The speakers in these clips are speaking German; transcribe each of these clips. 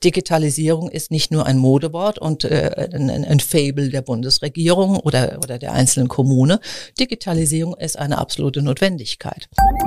Digitalisierung ist nicht nur ein Modewort und ein Faible der Bundesregierung oder der einzelnen Kommune. Digitalisierung ist eine absolute Notwendigkeit.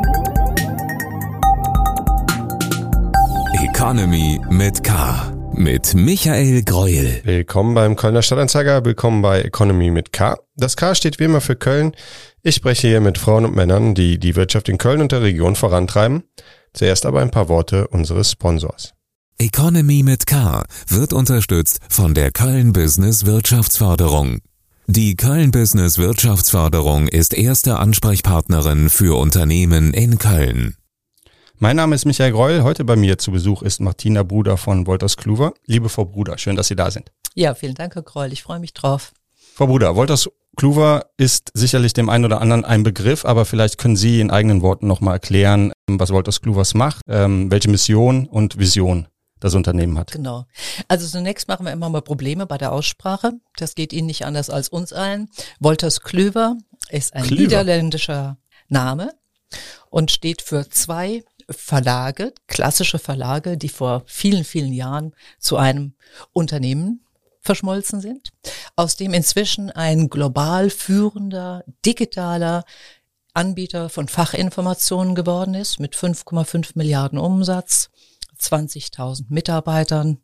Economy mit K. Mit Michael Greuel. Willkommen beim Kölner Stadtanzeiger, willkommen bei Economy mit K. Das K steht wie immer für Köln. Ich spreche hier mit Frauen und Männern, die die Wirtschaft in Köln und der Region vorantreiben. Zuerst aber ein paar Worte unseres Sponsors. Economy mit K wird unterstützt von der Köln Business Wirtschaftsförderung. Die Köln Business Wirtschaftsförderung ist erste Ansprechpartnerin für Unternehmen in Köln. Mein Name ist Michael Greuel. Heute bei mir zu Besuch ist Martina Bruder von Wolters-Kluwer. Liebe Frau Bruder, schön, dass Sie da sind. Ja, vielen Dank, Herr Greuel. Ich freue mich drauf. Frau Bruder, Wolters-Kluwer ist sicherlich dem einen oder anderen ein Begriff, aber vielleicht können Sie in eigenen Worten nochmal erklären, was Wolters-Kluwer macht, welche Mission und Vision das Unternehmen hat. Genau. Also zunächst machen wir immer mal Probleme bei der Aussprache. Das geht Ihnen nicht anders als uns allen. Wolters-Kluwer ist ein niederländischer Name und steht für zwei Verlage, klassische Verlage, die vor vielen, vielen Jahren zu einem Unternehmen verschmolzen sind, aus dem inzwischen ein global führender, digitaler Anbieter von Fachinformationen geworden ist, mit 5,5 Milliarden Umsatz, 20.000 Mitarbeitern,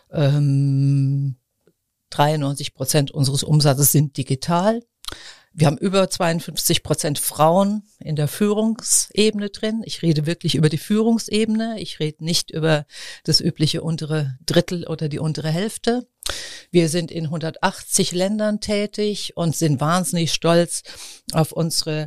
93% unseres Umsatzes sind digital. Wir haben über 52% Frauen in der Führungsebene drin. Ich rede wirklich über die Führungsebene. Ich rede nicht über das übliche untere Drittel oder die untere Hälfte. Wir sind in 180 Ländern tätig und sind wahnsinnig stolz auf unsere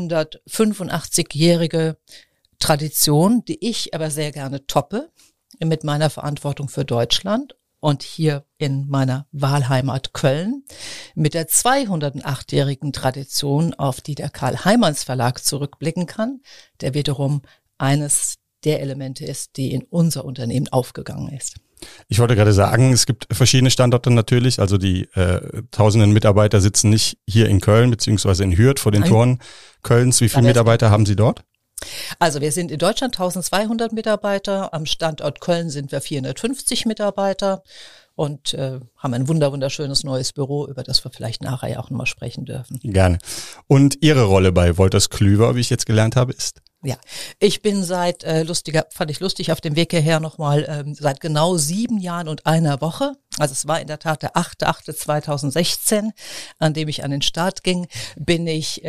185-jährige Tradition, die ich aber sehr gerne toppe mit meiner Verantwortung für Deutschland. Und hier in meiner Wahlheimat Köln mit der 208-jährigen Tradition, auf die der Karl-Heimanns Verlag zurückblicken kann, der wiederum eines der Elemente ist, die in unser Unternehmen aufgegangen ist. Ich wollte gerade sagen, es gibt verschiedene Standorte natürlich, also die tausenden Mitarbeiter sitzen nicht hier in Köln beziehungsweise in Hürth vor den Toren Kölns. Wie viele Mitarbeiter haben Sie dort? Also wir sind in Deutschland 1200 Mitarbeiter, am Standort Köln sind wir 450 Mitarbeiter und haben ein wunderschönes neues Büro, über das wir vielleicht nachher ja auch nochmal sprechen dürfen. Gerne. Und Ihre Rolle bei Wolters-Kluwer, wie ich jetzt gelernt habe, ist? Ja, ich bin fand ich lustig auf dem Weg hierher nochmal, seit genau 7 Jahren und einer Woche, also es war in der Tat der 8.8.2016, an dem ich an den Start ging, bin ich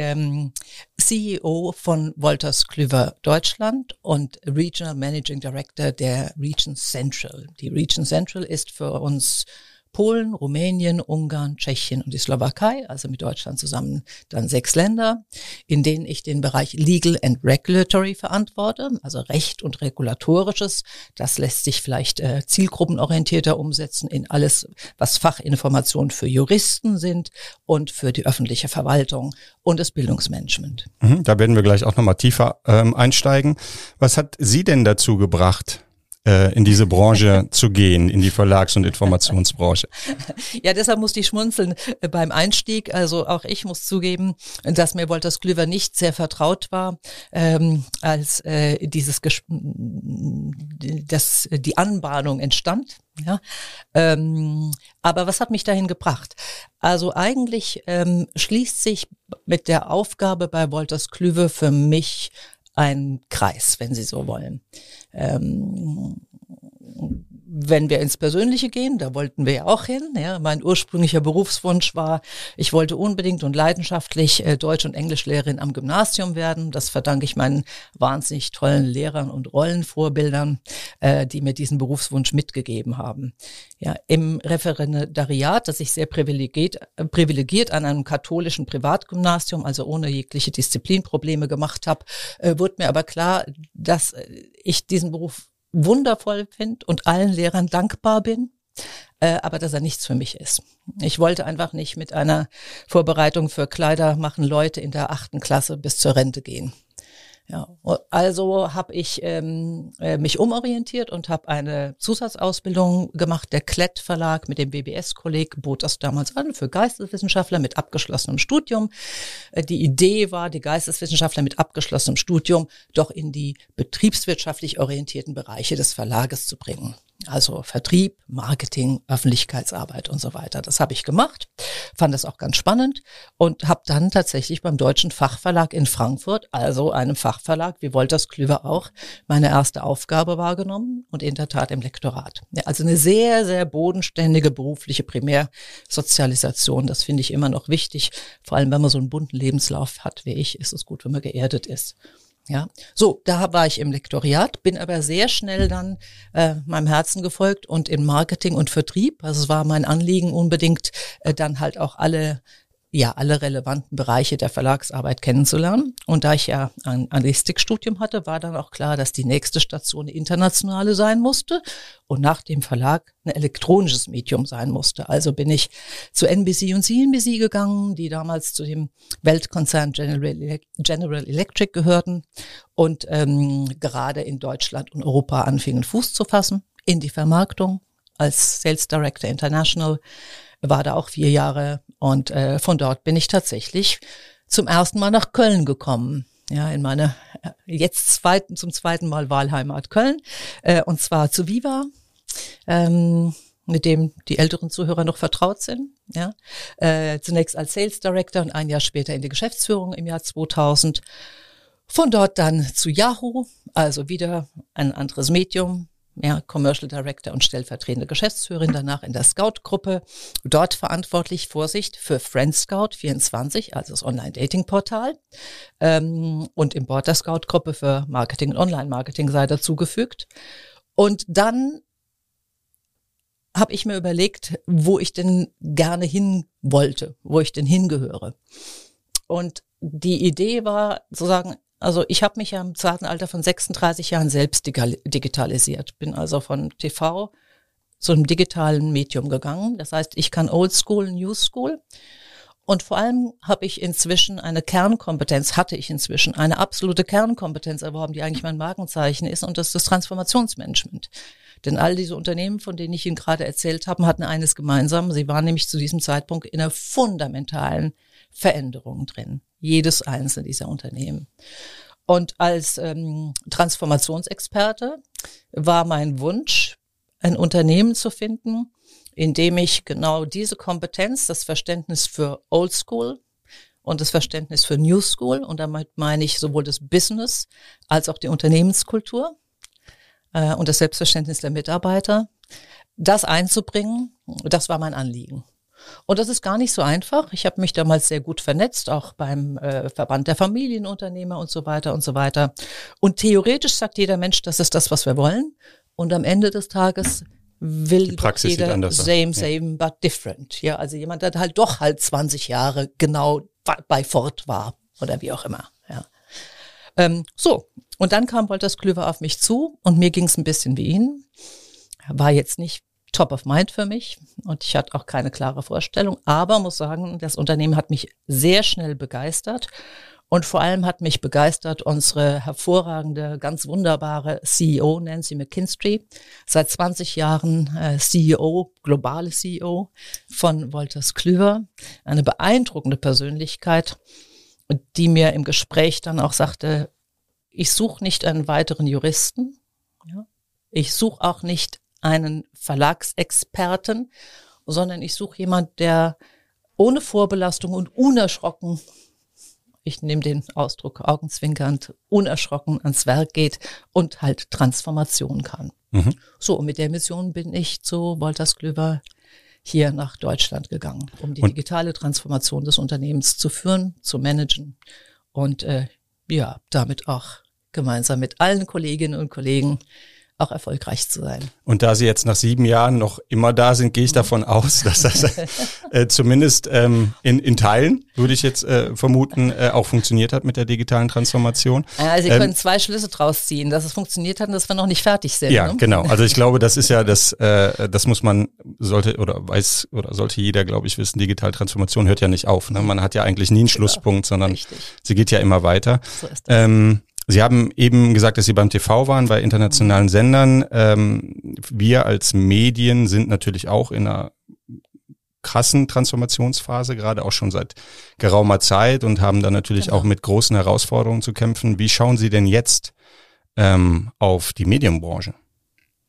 CEO von Wolters-Kluwer Deutschland und Regional Managing Director der Region Central. Die Region Central ist für uns Polen, Rumänien, Ungarn, Tschechien und die Slowakei, also mit Deutschland zusammen dann 6 Länder, in denen ich den Bereich Legal and Regulatory verantworte, also Recht und Regulatorisches. Das lässt sich vielleicht zielgruppenorientierter umsetzen in alles, was Fachinformationen für Juristen sind und für die öffentliche Verwaltung und das Bildungsmanagement. Da werden wir gleich auch nochmal tiefer einsteigen. Was hat Sie denn dazu gebracht, in diese Branche zu gehen, in die Verlags- und Informationsbranche? Ja, deshalb musste ich schmunzeln beim Einstieg. Also auch ich muss zugeben, dass mir Wolters-Kluwer nicht sehr vertraut war, als die Anbahnung entstand. Ja, aber was hat mich dahin gebracht? Also eigentlich schließt sich mit der Aufgabe bei Wolters-Kluwer für mich ein Kreis, wenn Sie so wollen. Wenn wir ins Persönliche gehen, da wollten wir ja auch hin. Ja, mein ursprünglicher Berufswunsch war, ich wollte unbedingt und leidenschaftlich Deutsch- und Englischlehrerin am Gymnasium werden. Das verdanke ich meinen wahnsinnig tollen Lehrern und Rollenvorbildern, die mir diesen Berufswunsch mitgegeben haben. Ja, im Referendariat, das ich sehr privilegiert an einem katholischen Privatgymnasium, also ohne jegliche Disziplinprobleme gemacht habe, wurde mir aber klar, dass ich diesen Beruf wundervoll finde und allen Lehrern dankbar bin, aber dass er nichts für mich ist. Ich wollte einfach nicht mit einer Vorbereitung für Kleider machen Leute in der 8. Klasse bis zur Rente gehen. Ja, also habe ich mich umorientiert und habe eine Zusatzausbildung gemacht. Der Klett Verlag mit dem BBS-Kolleg bot das damals an für Geisteswissenschaftler mit abgeschlossenem Studium. Die Idee war, die Geisteswissenschaftler mit abgeschlossenem Studium doch in die betriebswirtschaftlich orientierten Bereiche des Verlages zu bringen. Also Vertrieb, Marketing, Öffentlichkeitsarbeit und so weiter. Das habe ich gemacht, fand das auch ganz spannend und habe dann tatsächlich beim Deutschen Fachverlag in Frankfurt, also einem Fachverlag wie Wolters Kluwer auch, meine erste Aufgabe wahrgenommen und in der Tat im Lektorat. Ja, also eine sehr, sehr bodenständige berufliche Primärsozialisation. Das finde ich immer noch wichtig. Vor allem, wenn man so einen bunten Lebenslauf hat wie ich, ist es gut, wenn man geerdet ist. Ja, so, da war ich im Lektoriat, bin aber sehr schnell dann meinem Herzen gefolgt und in Marketing und Vertrieb. Also es war mein Anliegen unbedingt dann halt auch alle relevanten Bereiche der Verlagsarbeit kennenzulernen. Und da ich ja ein Anglistikstudium hatte, war dann auch klar, dass die nächste Station eine internationale sein musste und nach dem Verlag ein elektronisches Medium sein musste. Also bin ich zu NBC und CNBC gegangen, die damals zu dem Weltkonzern General Electric gehörten und gerade in Deutschland und Europa anfingen Fuß zu fassen in die Vermarktung als Sales Director International. War da auch 4 Jahre und von dort bin ich tatsächlich zum ersten Mal nach Köln gekommen. Ja, in meine zum zweiten Mal Wahlheimat Köln und zwar zu Viva, mit dem die älteren Zuhörer noch vertraut sind. Ja, zunächst als Sales Director und ein Jahr später in die Geschäftsführung im Jahr 2000. Von dort dann zu Yahoo, also wieder ein anderes Medium. Ja, Commercial Director und stellvertretende Geschäftsführerin, danach in der Scout-Gruppe, dort verantwortlich, Vorsicht, für FriendScout24, also das Online-Dating-Portal, und im Board der Scout-Gruppe für Marketing und Online-Marketing sei dazugefügt. Und dann habe ich mir überlegt, wo ich denn gerne hin wollte, wo ich denn hingehöre. Und die Idee war zu sagen, also ich habe mich ja im zarten Alter von 36 Jahren selbst digitalisiert, bin also von TV zu einem digitalen Medium gegangen. Das heißt, ich kann Old School, New School. Und vor allem hatte ich inzwischen eine absolute Kernkompetenz erworben, die eigentlich mein Markenzeichen ist, und das ist das Transformationsmanagement. Denn all diese Unternehmen, von denen ich Ihnen gerade erzählt habe, hatten eines gemeinsam. Sie waren nämlich zu diesem Zeitpunkt in einer fundamentalen Veränderung drin. Jedes einzelne dieser Unternehmen. Und als Transformationsexperte war mein Wunsch, ein Unternehmen zu finden, in dem ich genau diese Kompetenz, das Verständnis für Old School und das Verständnis für New School, und damit meine ich sowohl das Business als auch die Unternehmenskultur und das Selbstverständnis der Mitarbeiter, das einzubringen, das war mein Anliegen. Und das ist gar nicht so einfach. Ich habe mich damals sehr gut vernetzt, auch beim Verband der Familienunternehmer und so weiter und so weiter. Und theoretisch sagt jeder Mensch, das ist das, was wir wollen. Und am Ende des Tages will jeder same, but different. Ja, also jemand, der halt doch 20 Jahre genau bei Ford war oder wie auch immer. Ja. So, und dann kam Wolters Kluwer auf mich zu und mir ging es ein bisschen wie Ihnen. War jetzt nicht top of mind für mich und ich hatte auch keine klare Vorstellung, aber muss sagen, das Unternehmen hat mich sehr schnell begeistert und vor allem hat mich begeistert unsere hervorragende, ganz wunderbare CEO Nancy McKinstry, seit 20 Jahren CEO, globale CEO von Wolters Kluwer, eine beeindruckende Persönlichkeit, die mir im Gespräch dann auch sagte, ich suche nicht einen weiteren Juristen, ja, ich suche auch nicht einen Verlagsexperten, sondern ich suche jemand, der ohne Vorbelastung und unerschrocken, ich nehme den Ausdruck augenzwinkernd, unerschrocken ans Werk geht und halt Transformation kann. Mhm. So, und mit der Mission bin ich zu Wolters Kluwer hier nach Deutschland gegangen, um die digitale Transformation des Unternehmens zu führen, zu managen und damit auch gemeinsam mit allen Kolleginnen und Kollegen auch erfolgreich zu sein. Und da Sie jetzt nach 7 Jahren noch immer da sind, gehe ich davon aus, dass das zumindest in Teilen, würde ich jetzt vermuten, auch funktioniert hat mit der digitalen Transformation. Also Sie können 2 Schlüsse draus ziehen, dass es funktioniert hat und dass wir noch nicht fertig sind. Ja, ne? Genau. Also ich glaube, das ist ja das muss man, sollte jeder, glaube ich, wissen, digitale Transformation hört ja nicht auf. Ne? Man hat ja eigentlich nie einen Schlusspunkt, sondern sie geht ja immer weiter. So ist das. Sie haben eben gesagt, dass Sie beim TV waren, bei internationalen Sendern. Wir als Medien sind natürlich auch in einer krassen Transformationsphase, gerade auch schon seit geraumer Zeit und haben dann natürlich auch mit großen Herausforderungen zu kämpfen. Wie schauen Sie denn jetzt auf die Medienbranche?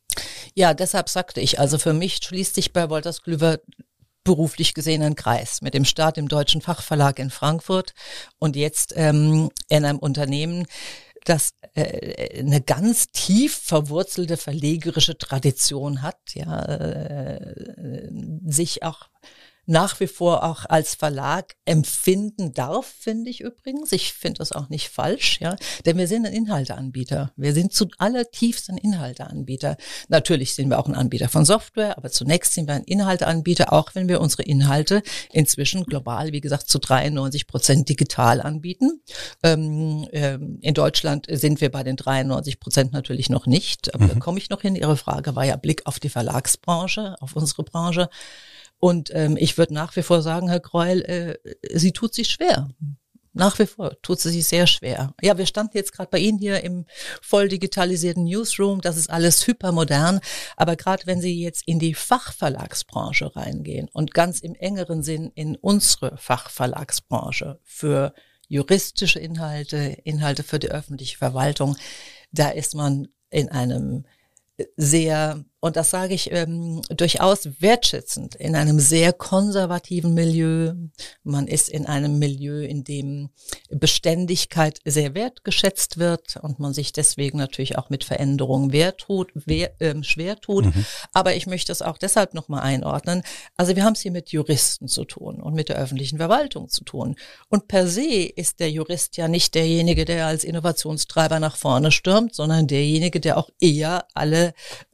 Ja, deshalb sagte ich, also für mich schließt sich bei Wolters Kluwer beruflich gesehen ein Kreis mit dem Start im Deutschen Fachverlag in Frankfurt und jetzt in einem Unternehmen, das eine ganz tief verwurzelte verlegerische Tradition hat, ja, sich auch nach wie vor auch als Verlag empfinden darf, finde ich übrigens. Ich finde das auch nicht falsch, ja, denn wir sind ein Inhalteanbieter. Wir sind zu allertiefst ein Inhalteanbieter. Natürlich sind wir auch ein Anbieter von Software, aber zunächst sind wir ein Inhalteanbieter, auch wenn wir unsere Inhalte inzwischen global, wie gesagt, zu 93% digital anbieten. In Deutschland sind wir bei den 93% natürlich noch nicht, aber da komme ich noch hin. Ihre Frage war ja Blick auf die Verlagsbranche, auf unsere Branche. Und ich würde nach wie vor sagen, Herr Greuel, sie tut sich schwer. Nach wie vor tut sie sich sehr schwer. Ja, wir standen jetzt gerade bei Ihnen hier im voll digitalisierten Newsroom. Das ist alles hypermodern. Aber gerade wenn Sie jetzt in die Fachverlagsbranche reingehen und ganz im engeren Sinn in unsere Fachverlagsbranche für juristische Inhalte, Inhalte für die öffentliche Verwaltung, da ist man in einem sehr, und das sage ich durchaus wertschätzend, in einem sehr konservativen Milieu. Man ist in einem Milieu, in dem Beständigkeit sehr wertgeschätzt wird und man sich deswegen natürlich auch mit Veränderungen schwer tut. Aber ich möchte es auch deshalb nochmal einordnen. Also wir haben es hier mit Juristen zu tun und mit der öffentlichen Verwaltung zu tun. Und per se ist der Jurist ja nicht derjenige, der als Innovationstreiber nach vorne stürmt, sondern derjenige, der auch eher alle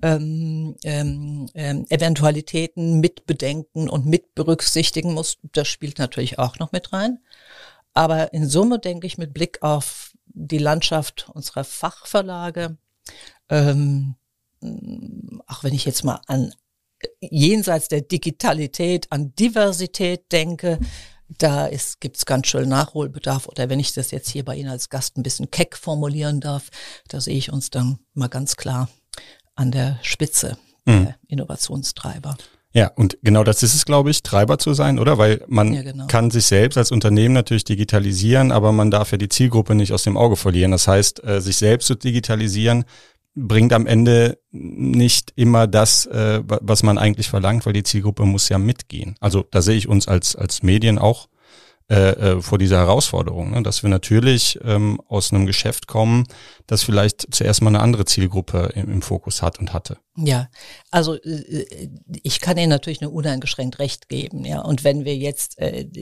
Eventualitäten mit bedenken und mit berücksichtigen muss. Das spielt natürlich auch noch mit rein. Aber in Summe denke ich mit Blick auf die Landschaft unserer Fachverlage, auch wenn ich jetzt mal an jenseits der Digitalität, an Diversität denke, da gibt's ganz schön Nachholbedarf. Oder wenn ich das jetzt hier bei Ihnen als Gast ein bisschen keck formulieren darf, da sehe ich uns dann mal ganz klar an der Spitze der Innovationstreiber. Ja, und genau das ist es, glaube ich, Treiber zu sein, oder? Weil man kann sich selbst als Unternehmen natürlich digitalisieren, aber man darf ja die Zielgruppe nicht aus dem Auge verlieren. Das heißt, sich selbst zu digitalisieren bringt am Ende nicht immer das, was man eigentlich verlangt, weil die Zielgruppe muss ja mitgehen. Also da sehe ich uns als Medien auch vor dieser Herausforderung, ne? Dass wir natürlich aus einem Geschäft kommen, das vielleicht zuerst mal eine andere Zielgruppe im Fokus hat und hatte. Ja, also ich kann Ihnen natürlich nur uneingeschränkt recht geben, ja. Und wenn wir jetzt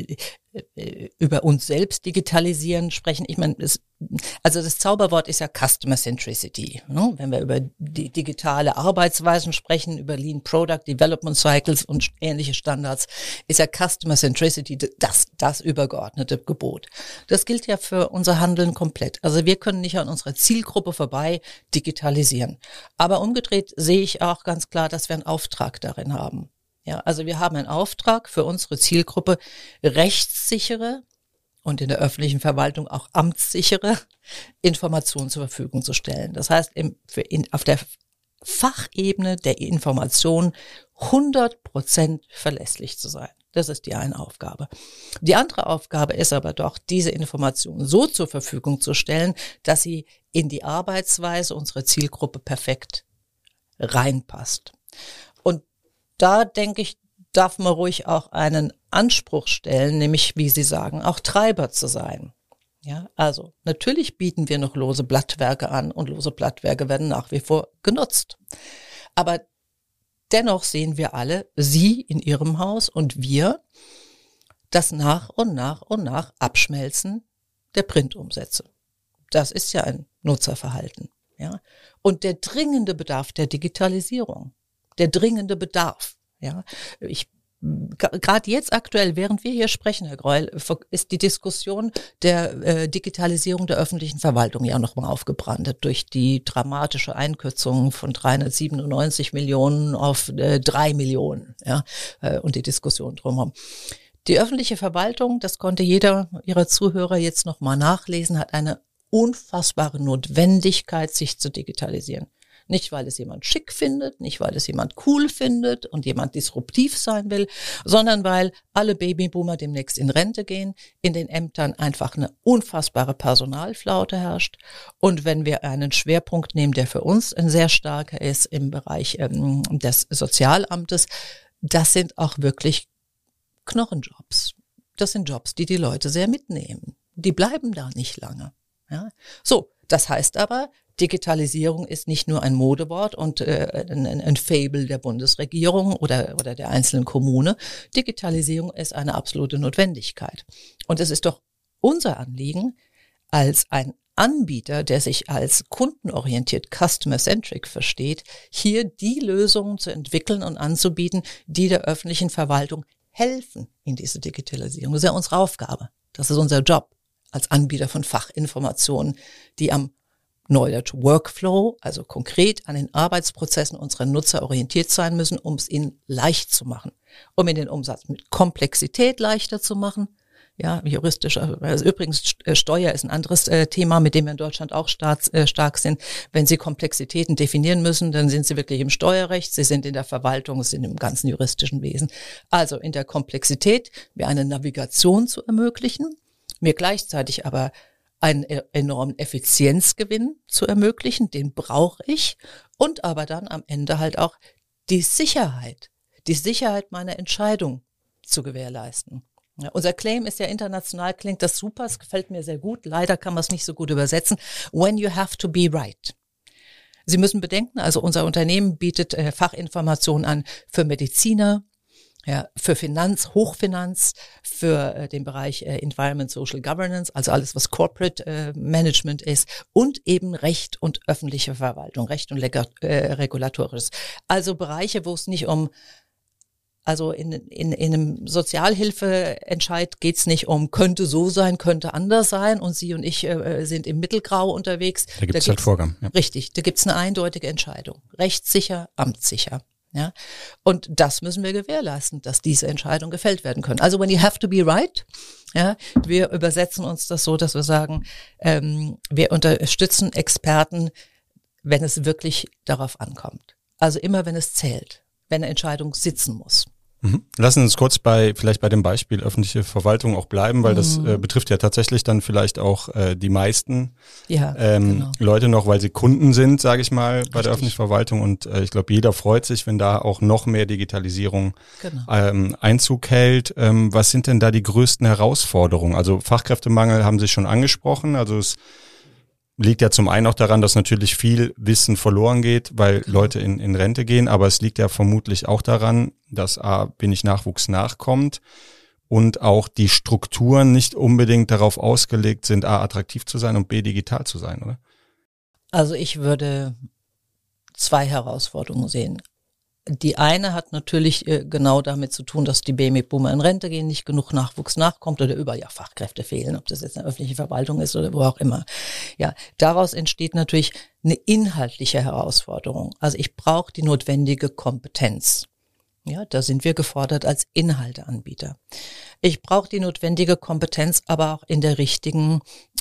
über uns selbst digitalisieren sprechen, ich meine, also das Zauberwort ist ja Customer Centricity. Ne? Wenn wir über die digitale Arbeitsweisen sprechen, über Lean Product Development Cycles und ähnliche Standards, ist ja Customer Centricity das übergeordnete Gebot. Das gilt ja für unser Handeln komplett. Also wir können nicht an unserer Zielgruppe vorbei digitalisieren. Aber umgedreht sehe ich auch ganz klar, dass wir einen Auftrag darin haben. Ja, also wir haben einen Auftrag für unsere Zielgruppe, rechtssichere und in der öffentlichen Verwaltung auch amtssichere Informationen zur Verfügung zu stellen. Das heißt, auf der Fachebene der Information 100% verlässlich zu sein. Das ist die eine Aufgabe. Die andere Aufgabe ist aber doch, diese Informationen so zur Verfügung zu stellen, dass sie in die Arbeitsweise unserer Zielgruppe perfekt reinpasst. Und da denke ich, darf man ruhig auch einen Anspruch stellen, nämlich, wie Sie sagen, auch Treiber zu sein. Ja, also natürlich bieten wir noch lose Blattwerke an und lose Blattwerke werden nach wie vor genutzt. Aber dennoch sehen wir alle, Sie in Ihrem Haus und wir, das nach und nach Abschmelzen der Printumsätze. Das ist ja ein Nutzerverhalten. Ja, und der dringende Bedarf der Digitalisierung, der dringende Bedarf. Ja, gerade jetzt aktuell, während wir hier sprechen, Herr Greuel, ist die Diskussion der Digitalisierung der öffentlichen Verwaltung ja nochmal aufgebrannt durch die dramatische Einkürzung von 397 Millionen auf 3 Millionen, ja, und die Diskussion drumherum. Die öffentliche Verwaltung, das konnte jeder Ihrer Zuhörer jetzt nochmal nachlesen, hat eine unfassbare Notwendigkeit, sich zu digitalisieren. Nicht, weil es jemand schick findet, nicht, weil es jemand cool findet und jemand disruptiv sein will, sondern weil alle Babyboomer demnächst in Rente gehen, in den Ämtern einfach eine unfassbare Personalflaute herrscht. Und wenn wir einen Schwerpunkt nehmen, der für uns ein sehr starker ist im Bereich des Sozialamtes, das sind auch wirklich Knochenjobs. Das sind Jobs, die Leute sehr mitnehmen. Die bleiben da nicht lange. Ja? So, das heißt aber, Digitalisierung ist nicht nur ein Modewort und ein Faible der Bundesregierung oder der einzelnen Kommune. Digitalisierung ist eine absolute Notwendigkeit. Und es ist doch unser Anliegen, als ein Anbieter, der sich als kundenorientiert, customer-centric versteht, hier die Lösungen zu entwickeln und anzubieten, die der öffentlichen Verwaltung helfen in diese Digitalisierung. Das ist ja unsere Aufgabe. Das ist unser Job als Anbieter von Fachinformationen, die am Neudeutsch Workflow, also konkret an den Arbeitsprozessen unserer Nutzer orientiert sein müssen, um es ihnen leicht zu machen, um ihnen den Umsatz mit Komplexität leichter zu machen. Ja, juristisch, also übrigens Steuer ist ein anderes Thema, mit dem wir in Deutschland auch stark sind. Wenn Sie Komplexitäten definieren müssen, dann sind Sie wirklich im Steuerrecht, Sie sind in der Verwaltung, Sie sind im ganzen juristischen Wesen. Also in der Komplexität mir eine Navigation zu ermöglichen, mir gleichzeitig aber einen enormen Effizienzgewinn zu ermöglichen, den brauche ich, und aber dann am Ende halt auch die Sicherheit meiner Entscheidung zu gewährleisten. Ja, unser Claim ist ja international, klingt das super, es gefällt mir sehr gut. Leider kann man es nicht so gut übersetzen. When you have to be right. Sie müssen bedenken, also unser Unternehmen bietet Fachinformationen an für Mediziner, ja, für Hochfinanz, für den Bereich Environment, Social Governance, also alles, was Corporate Management ist, und eben Recht und öffentliche Verwaltung, Recht und Regulatorisches. Also Bereiche, wo es nicht also in einem Sozialhilfeentscheid geht's nicht um, könnte so sein, könnte anders sein, und Sie und ich sind im Mittelgrau unterwegs. Da gibt's halt Vorgaben. Ja. Richtig, da gibt's eine eindeutige Entscheidung. Rechtssicher, amtssicher. Ja, und das müssen wir gewährleisten, dass diese Entscheidungen gefällt werden können. Also when you have to be right, ja, wir übersetzen uns das so, dass wir sagen, wir unterstützen Experten, wenn es wirklich darauf ankommt. Also immer, wenn es zählt, wenn eine Entscheidung sitzen muss. Lassen Sie uns kurz vielleicht bei dem Beispiel öffentliche Verwaltung auch bleiben, weil das betrifft ja tatsächlich dann vielleicht auch die meisten genau. Leute noch, weil sie Kunden sind, sage ich mal, bei der öffentlichen Verwaltung, und ich glaube, jeder freut sich, wenn da auch noch mehr Digitalisierung Einzug hält. Was sind denn da die größten Herausforderungen? Also Fachkräftemangel haben Sie schon angesprochen, also es liegt ja zum einen auch daran, dass natürlich viel Wissen verloren geht, weil Leute in Rente gehen, aber es liegt ja vermutlich auch daran, dass A, wenig Nachwuchs nachkommt und auch die Strukturen nicht unbedingt darauf ausgelegt sind, A, attraktiv zu sein und B, digital zu sein, oder? Also ich würde 2 Herausforderungen sehen. Die eine hat natürlich genau damit zu tun, dass die Babyboomer in Rente gehen, nicht genug Nachwuchs nachkommt oder überall ja Fachkräfte fehlen, ob das jetzt eine öffentliche Verwaltung ist oder wo auch immer. Ja, daraus entsteht natürlich eine inhaltliche Herausforderung. Also ich brauche die notwendige Kompetenz. Ja, da sind wir gefordert als Inhalteanbieter. Ich brauche die notwendige Kompetenz, aber auch in der richtigen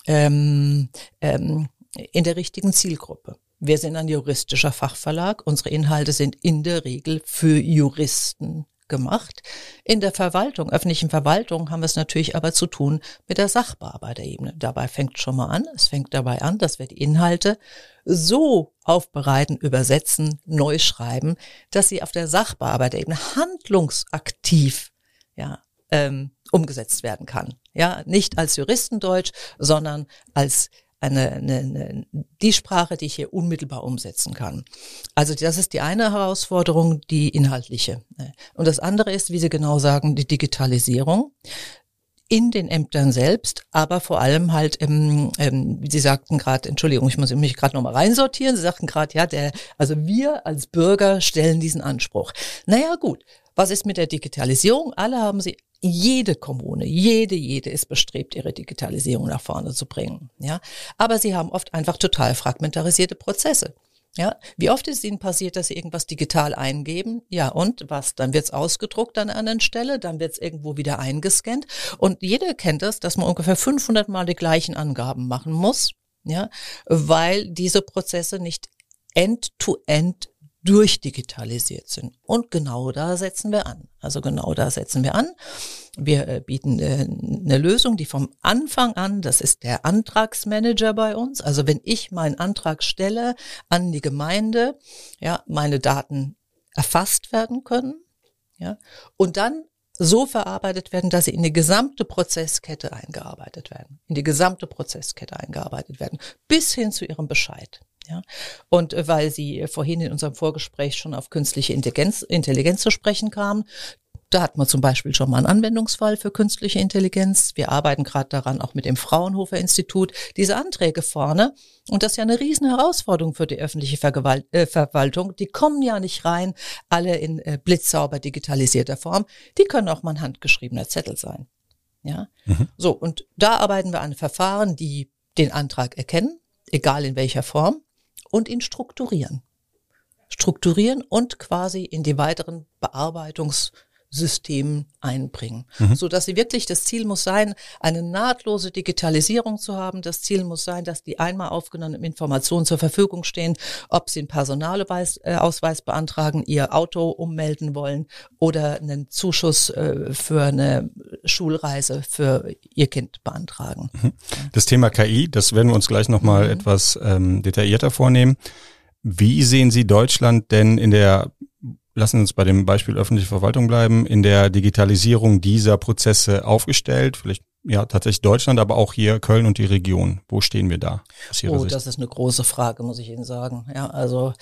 Zielgruppe. Wir sind ein juristischer Fachverlag. Unsere Inhalte sind in der Regel für Juristen gemacht. In der Verwaltung, öffentlichen Verwaltung, haben wir es natürlich aber zu tun mit der Sachbearbeiterebene. Dabei fängt schon mal an. Es fängt dabei an, dass wir die Inhalte so aufbereiten, übersetzen, neu schreiben, dass sie auf der Sachbearbeiterebene handlungsaktiv umgesetzt werden kann. Ja, nicht als Juristendeutsch, sondern als die Sprache, die ich hier unmittelbar umsetzen kann. Also das ist die eine Herausforderung, die inhaltliche. Und das andere ist, wie Sie genau sagen, die Digitalisierung in den Ämtern selbst, aber vor allem halt, wie Sie sagten gerade, Entschuldigung, ich muss mich gerade nochmal reinsortieren, Sie sagten gerade, ja, also wir als Bürger stellen diesen Anspruch. Naja gut, was ist mit der Digitalisierung? Jede Kommune, jede ist bestrebt, ihre Digitalisierung nach vorne zu bringen. Ja, aber sie haben oft einfach total fragmentarisierte Prozesse. Ja, wie oft ist Ihnen passiert, dass Sie irgendwas digital eingeben? Ja, und was? Dann wird's ausgedruckt an einer anderen Stelle, dann wird's irgendwo wieder eingescannt. Und jeder kennt das, dass man ungefähr 500 Mal die gleichen Angaben machen muss, ja, weil diese Prozesse nicht end-to-end durchdigitalisiert sind. Und genau da setzen wir an. Wir bieten eine Lösung, die vom Anfang an, das ist der Antragsmanager bei uns. Also wenn ich meinen Antrag stelle an die Gemeinde, ja, meine Daten erfasst werden können, ja, und dann so verarbeitet werden, dass sie in die gesamte Prozesskette eingearbeitet werden. Bis hin zu ihrem Bescheid. Ja, und weil Sie vorhin in unserem Vorgespräch schon auf künstliche Intelligenz zu sprechen kamen, da hat man zum Beispiel schon mal einen Anwendungsfall für künstliche Intelligenz. Wir arbeiten gerade daran, auch mit dem Fraunhofer Institut, diese Anträge vorne. Und das ist ja eine riesen Herausforderung für die öffentliche Verwaltung. Die kommen ja nicht rein, alle in blitzsauber digitalisierter Form. Die können auch mal ein handgeschriebener Zettel sein. Ja, So, und da arbeiten wir an Verfahren, die den Antrag erkennen, egal in welcher Form, und ihn strukturieren und quasi in die weiteren Bearbeitungssystemen einbringen. So dass sie wirklich, das Ziel muss sein, eine nahtlose Digitalisierung zu haben. Das Ziel muss sein, dass die einmal aufgenommenen Informationen zur Verfügung stehen, ob sie einen Personalausweis beantragen, ihr Auto ummelden wollen oder einen Zuschuss für eine Schulreise für ihr Kind beantragen. Das Thema KI, das werden wir uns gleich nochmal etwas detaillierter vornehmen. Wie sehen Sie Deutschland denn lassen Sie uns bei dem Beispiel öffentliche Verwaltung bleiben, in der Digitalisierung dieser Prozesse aufgestellt? Vielleicht ja tatsächlich Deutschland, aber auch hier Köln und die Region. Wo stehen wir da aus Ihrer Sicht? Das ist eine große Frage, muss ich Ihnen sagen. Ja, also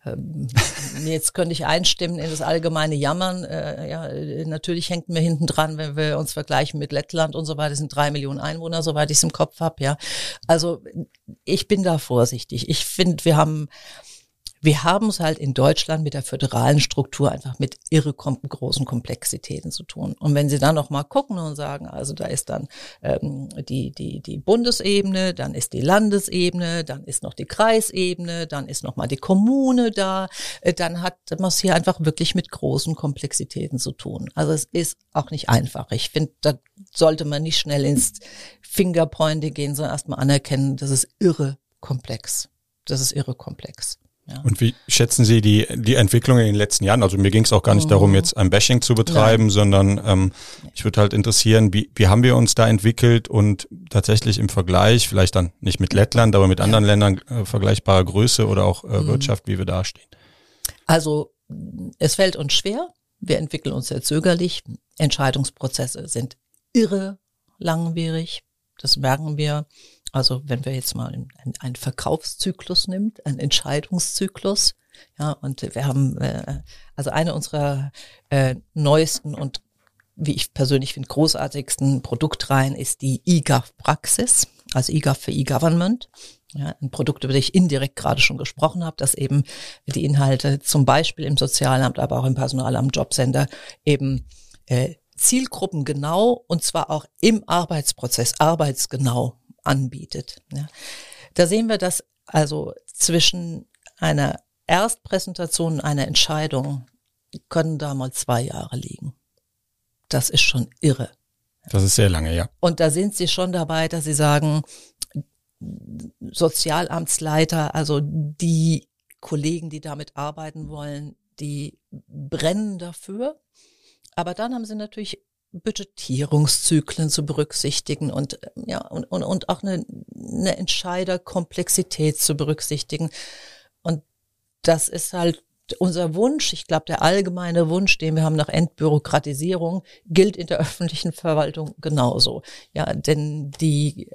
jetzt könnte ich einstimmen in das allgemeine Jammern. Natürlich hängt mir hinten dran, wenn wir uns vergleichen mit Lettland und so weiter, das sind 3 Millionen Einwohner, soweit ich es im Kopf habe. Ja, also ich bin da vorsichtig. Ich finde, wir haben es halt in Deutschland mit der föderalen Struktur einfach mit großen Komplexitäten zu tun. Und wenn Sie dann noch mal gucken und sagen, also da ist dann die Bundesebene, dann ist die Landesebene, dann ist noch die Kreisebene, dann ist noch mal die Kommune da, dann hat man es hier einfach wirklich mit großen Komplexitäten zu tun. Also es ist auch nicht einfach. Ich finde, da sollte man nicht schnell ins Fingerpointing gehen, sondern erstmal anerkennen, das ist irre komplex. Ja. Und wie schätzen Sie die Entwicklung in den letzten Jahren? Also mir ging es auch gar nicht darum, jetzt ein Bashing zu betreiben, sondern ich würde halt interessieren, wie haben wir uns da entwickelt und tatsächlich im Vergleich, vielleicht dann nicht mit Lettland, aber mit anderen Ländern vergleichbarer Größe oder auch Wirtschaft, wie wir da stehen? Also es fällt uns schwer. Wir entwickeln uns sehr zögerlich. Entscheidungsprozesse sind irre langwierig. Das merken wir. Also wenn wir jetzt mal einen Verkaufszyklus nimmt, einen Entscheidungszyklus, ja, und wir haben also eine unserer neuesten und wie ich persönlich finde großartigsten Produktreihen ist die eGov-Praxis, also eGov für eGovernment. Ja, ein Produkt, über das ich indirekt gerade schon gesprochen habe, dass eben die Inhalte zum Beispiel im Sozialamt, aber auch im Personalamt, Jobcenter eben zielgruppengenau und zwar auch im Arbeitsprozess arbeitsgenau anbietet. Ja. Da sehen wir, dass also zwischen einer Erstpräsentation und einer Entscheidung können da mal 2 Jahre liegen. Das ist schon irre. Das ist sehr lange, ja. Und da sind Sie schon dabei, dass Sie sagen, Sozialamtsleiter, also die Kollegen, die damit arbeiten wollen, die brennen dafür. Aber dann haben Sie natürlich Budgetierungszyklen zu berücksichtigen und auch eine Entscheiderkomplexität zu berücksichtigen. Und das ist halt unser Wunsch. Ich glaube, der allgemeine Wunsch, den wir haben nach Entbürokratisierung, gilt in der öffentlichen Verwaltung genauso. Ja, denn die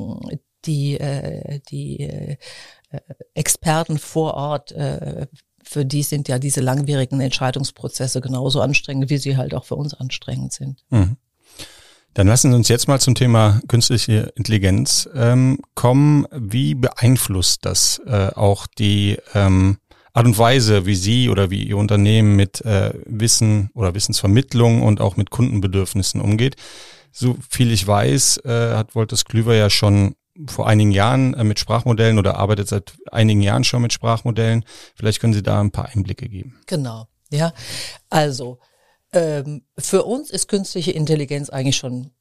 Experten vor Ort, für die sind ja diese langwierigen Entscheidungsprozesse genauso anstrengend, wie sie halt auch für uns anstrengend sind. Mhm. Dann lassen Sie uns jetzt mal zum Thema künstliche Intelligenz kommen. Wie beeinflusst das auch die Art und Weise, wie Sie oder wie Ihr Unternehmen mit Wissen oder Wissensvermittlung und auch mit Kundenbedürfnissen umgeht? So viel ich weiß, hat Wolters Kluwer ja schon vor einigen Jahren mit Sprachmodellen oder arbeitet seit einigen Jahren schon mit Sprachmodellen. Vielleicht können Sie da ein paar Einblicke geben. Genau, ja. Also für uns ist künstliche Intelligenz eigentlich schon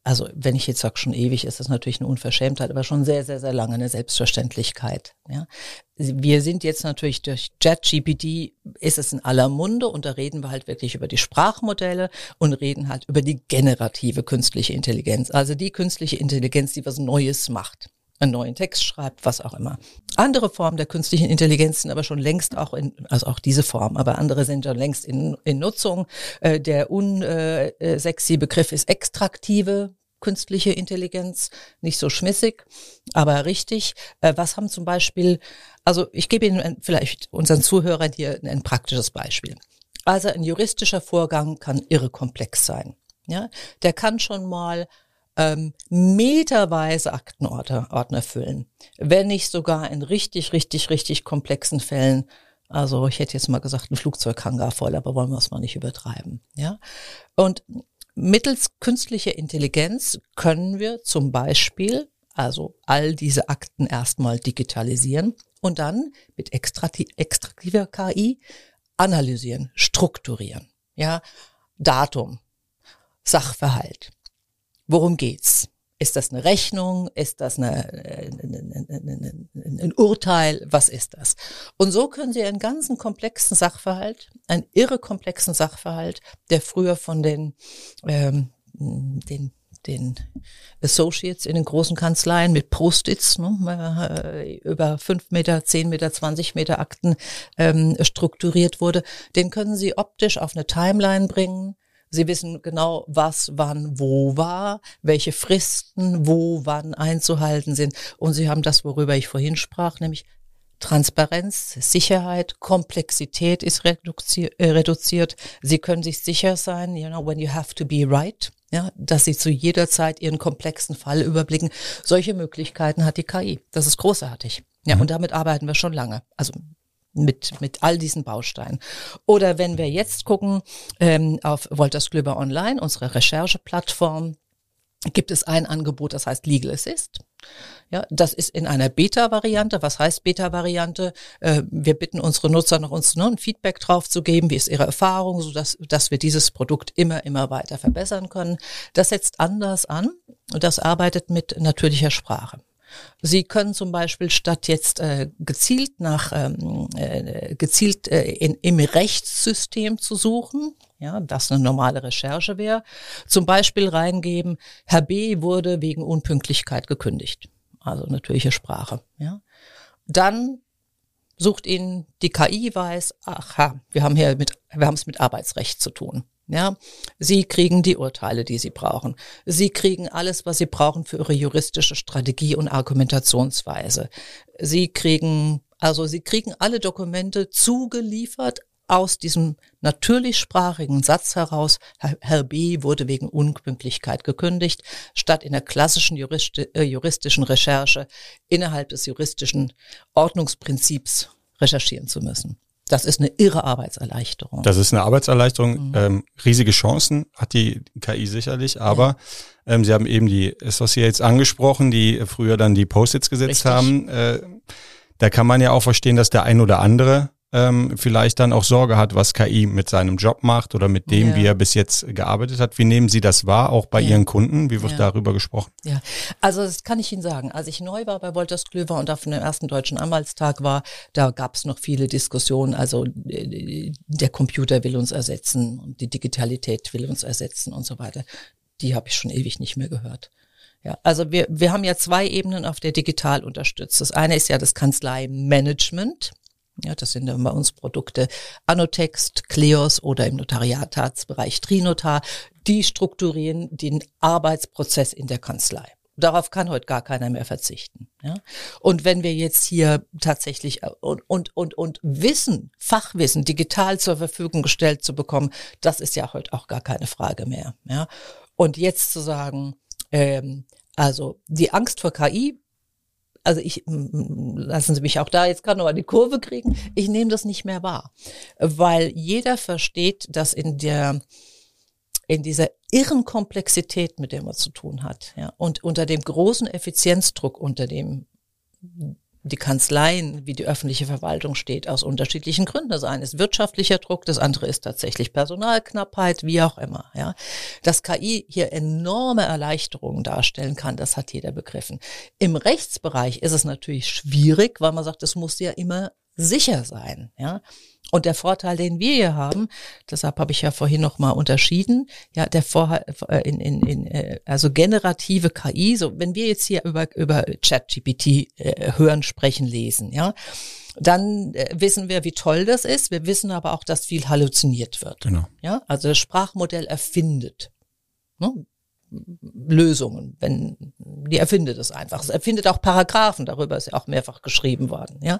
also wenn ich jetzt sage, schon ewig, ist das natürlich eine Unverschämtheit, aber schon sehr, sehr, sehr lange eine Selbstverständlichkeit. Ja. Wir sind jetzt natürlich durch ChatGPT, ist es in aller Munde und da reden wir halt wirklich über die Sprachmodelle und reden halt über die generative künstliche Intelligenz, also die künstliche Intelligenz, die was Neues macht, einen neuen Text schreibt, was auch immer. Andere Formen der künstlichen Intelligenz sind aber schon längst auch also auch diese Form, aber andere sind schon längst in Nutzung. Der unsexy Begriff ist extraktive künstliche Intelligenz, nicht so schmissig, aber richtig. Was haben zum Beispiel, also ich gebe Ihnen vielleicht unseren Zuhörern hier ein praktisches Beispiel. Also ein juristischer Vorgang kann irre komplex sein. Ja, der kann schon mal meterweise Aktenordner füllen, wenn nicht sogar in richtig komplexen Fällen. Also ich hätte jetzt mal gesagt, ein Flugzeughangar voll, aber wollen wir es mal nicht übertreiben. Ja, und mittels künstlicher Intelligenz können wir zum Beispiel also all diese Akten erstmal digitalisieren und dann mit extraktiver KI analysieren, strukturieren. Ja, Datum, Sachverhalt. Worum geht's? Ist das eine Rechnung? Ist das ein Urteil? Was ist das? Und so können Sie einen ganzen komplexen Sachverhalt, einen irre komplexen Sachverhalt, der früher von den Associates in den großen Kanzleien mit Post-its, über 5 Meter, 10 Meter, 20 Meter Akten strukturiert wurde, den können Sie optisch auf eine Timeline bringen. Sie wissen genau, was, wann, wo war, welche Fristen, wo, wann einzuhalten sind. Und Sie haben das, worüber ich vorhin sprach, nämlich Transparenz, Sicherheit, Komplexität ist reduziert. Sie können sich sicher sein, when you have to be right, ja, dass Sie zu jeder Zeit Ihren komplexen Fall überblicken. Solche Möglichkeiten hat die KI. Das ist großartig. Ja, und damit arbeiten wir schon lange. Also mit all diesen Bausteinen. Oder wenn wir jetzt gucken auf Wolters Kluwer Online, unsere Rechercheplattform, gibt es ein Angebot, das heißt Legal Assist. Ja, das ist in einer Beta-Variante. Was heißt Beta-Variante? Wir bitten unsere Nutzer noch uns ein Feedback drauf zu geben. Wie ist ihre Erfahrung, dass wir dieses Produkt immer weiter verbessern können. Das setzt anders an und das arbeitet mit natürlicher Sprache. Sie können zum Beispiel statt jetzt gezielt im Rechtssystem zu suchen, ja, das eine normale Recherche wäre, zum Beispiel reingeben, Herr B. wurde wegen Unpünktlichkeit gekündigt. Also natürliche Sprache. Ja. Dann sucht Ihnen die KI, weiß, aha, wir haben es mit Arbeitsrecht zu tun. Ja, Sie kriegen die Urteile, die Sie brauchen. Sie kriegen alles, was Sie brauchen für Ihre juristische Strategie und Argumentationsweise. Sie kriegen alle Dokumente zugeliefert aus diesem natürlichsprachigen Satz heraus. Herr B. wurde wegen Unpünktlichkeit gekündigt, statt in der klassischen juristischen Recherche innerhalb des juristischen Ordnungsprinzips recherchieren zu müssen. Das ist eine irre Arbeitserleichterung. Das ist eine Arbeitserleichterung. Riesige Chancen hat die KI sicherlich, aber Sie haben eben die Associates angesprochen, die früher dann die Post-its gesetzt haben. Da kann man ja auch verstehen, dass der ein oder andere vielleicht dann auch Sorge hat, was KI mit seinem Job macht oder mit dem, wie er bis jetzt gearbeitet hat. Wie nehmen Sie das wahr, auch bei Ihren Kunden? Wie wird darüber gesprochen? Ja, also das kann ich Ihnen sagen. Als ich neu war bei Wolters Kluwer und auf dem ersten Deutschen Anwaltstag war, da gab es noch viele Diskussionen. Also der Computer will uns ersetzen und die Digitalität will uns ersetzen und so weiter. Die habe ich schon ewig nicht mehr gehört. Ja, also wir haben ja 2 Ebenen, auf der digital unterstützt. Das eine ist ja das Kanzleimanagement. Ja, das sind dann bei uns Produkte Annotext, Kleos oder im Notariatsbereich Trinotar. Die strukturieren den Arbeitsprozess in der Kanzlei. Darauf kann heute gar keiner mehr verzichten. Ja? Und wenn wir jetzt hier tatsächlich und Fachwissen digital zur Verfügung gestellt zu bekommen, das ist ja heute auch gar keine Frage mehr. Ja? Und jetzt zu sagen, also die Angst vor KI, also lassen Sie mich auch da jetzt gerade noch mal die Kurve kriegen, ich nehme das nicht mehr wahr, weil jeder versteht, dass in dieser irren Komplexität, mit der man zu tun hat, ja, und unter dem großen Effizienzdruck, unter dem die Kanzleien, wie die öffentliche Verwaltung steht, aus unterschiedlichen Gründen. Das eine ist wirtschaftlicher Druck, das andere ist tatsächlich Personalknappheit, wie auch immer. Ja, dass KI hier enorme Erleichterungen darstellen kann, das hat jeder begriffen. Im Rechtsbereich ist es natürlich schwierig, weil man sagt, es muss ja immer sicher sein. Ja. Und der Vorteil, den wir hier haben, deshalb habe ich ja vorhin noch mal unterschieden, ja, der Vorteil also generative KI, so wenn wir jetzt hier über ChatGPT hören, sprechen, lesen, ja, dann wissen wir, wie toll das ist. Wir wissen aber auch, dass viel halluziniert wird. Genau. Ja, also das Sprachmodell erfindet, ne, Lösungen, die erfindet es einfach. Es erfindet auch Paragraphen, darüber ist ja auch mehrfach geschrieben worden, ja.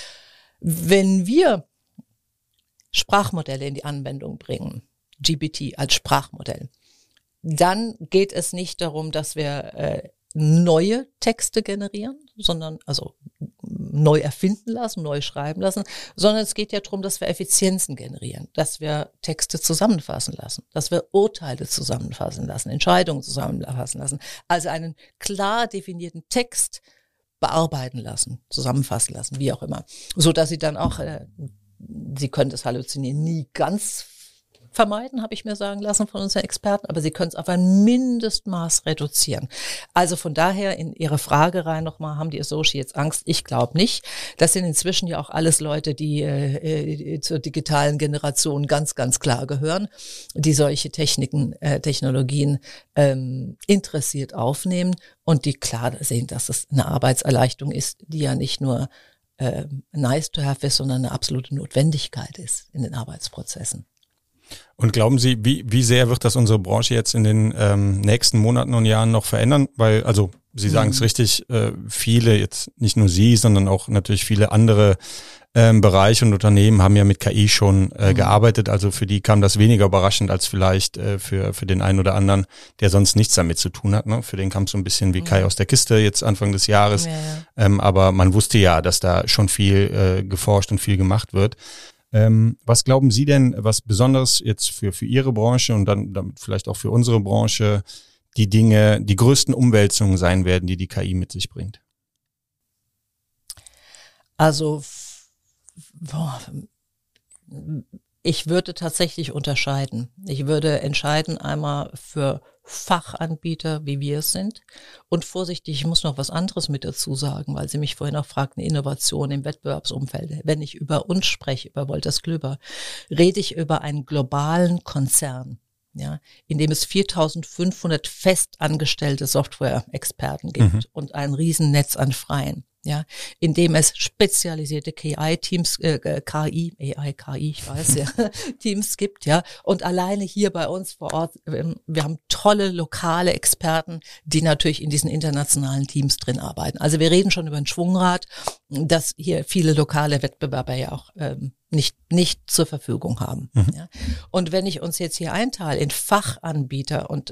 Wenn wir Sprachmodelle in die Anwendung bringen, GPT als Sprachmodell, dann geht es nicht darum, dass wir neue Texte generieren, sondern also neu erfinden lassen, neu schreiben lassen, sondern es geht ja darum, dass wir Effizienzen generieren, dass wir Texte zusammenfassen lassen, dass wir Urteile zusammenfassen lassen, Entscheidungen zusammenfassen lassen, also einen klar definierten Text bearbeiten lassen, zusammenfassen lassen, wie auch immer, so dass sie dann auch Sie können das Halluzinieren nie ganz vermeiden, habe ich mir sagen lassen von unseren Experten, aber sie können es auf ein Mindestmaß reduzieren. Also von daher in Ihre Frage rein nochmal, haben die Associates Angst? Ich glaube nicht. Das sind inzwischen ja auch alles Leute, die zur digitalen Generation ganz, ganz klar gehören, die solche Technologien interessiert aufnehmen und die klar sehen, dass es eine Arbeitserleichterung ist, die ja nicht nur nice to have ist, sondern eine absolute Notwendigkeit ist in den Arbeitsprozessen. Und glauben Sie, wie sehr wird das unsere Branche jetzt in den nächsten Monaten und Jahren noch verändern? Weil, also Sie sagen es richtig, viele, jetzt nicht nur Sie, sondern auch natürlich viele andere Bereiche und Unternehmen haben ja mit KI schon gearbeitet. Also für die kam das weniger überraschend als vielleicht für den einen oder anderen, der sonst nichts damit zu tun hat. Ne? Für den kam es so ein bisschen wie Kai aus der Kiste jetzt Anfang des Jahres. Ja. Aber man wusste ja, dass da schon viel geforscht und viel gemacht wird. Was glauben Sie denn, was besonders jetzt für Ihre Branche und dann damit vielleicht auch für unsere Branche die größten Umwälzungen sein werden, die KI mit sich bringt? Also ich würde tatsächlich unterscheiden. Ich würde entscheiden einmal für Fachanbieter, wie wir es sind. Und vorsichtig, ich muss noch was anderes mit dazu sagen, weil Sie mich vorhin auch fragten, Innovation im Wettbewerbsumfeld. Wenn ich über uns spreche, über Wolters Kluwer, rede ich über einen globalen Konzern, ja, in dem es 4.500 festangestellte Software-Experten gibt und ein Riesennetz an Freien. Ja, in dem es spezialisierte KI-Teams, Teams gibt, ja. Und alleine hier bei uns vor Ort, wir haben tolle lokale Experten, die natürlich in diesen internationalen Teams drin arbeiten. Also wir reden schon über ein Schwungrad, das hier viele lokale Wettbewerber ja auch nicht zur Verfügung haben. Ja. Und wenn ich uns jetzt hier einteile in Fachanbieter und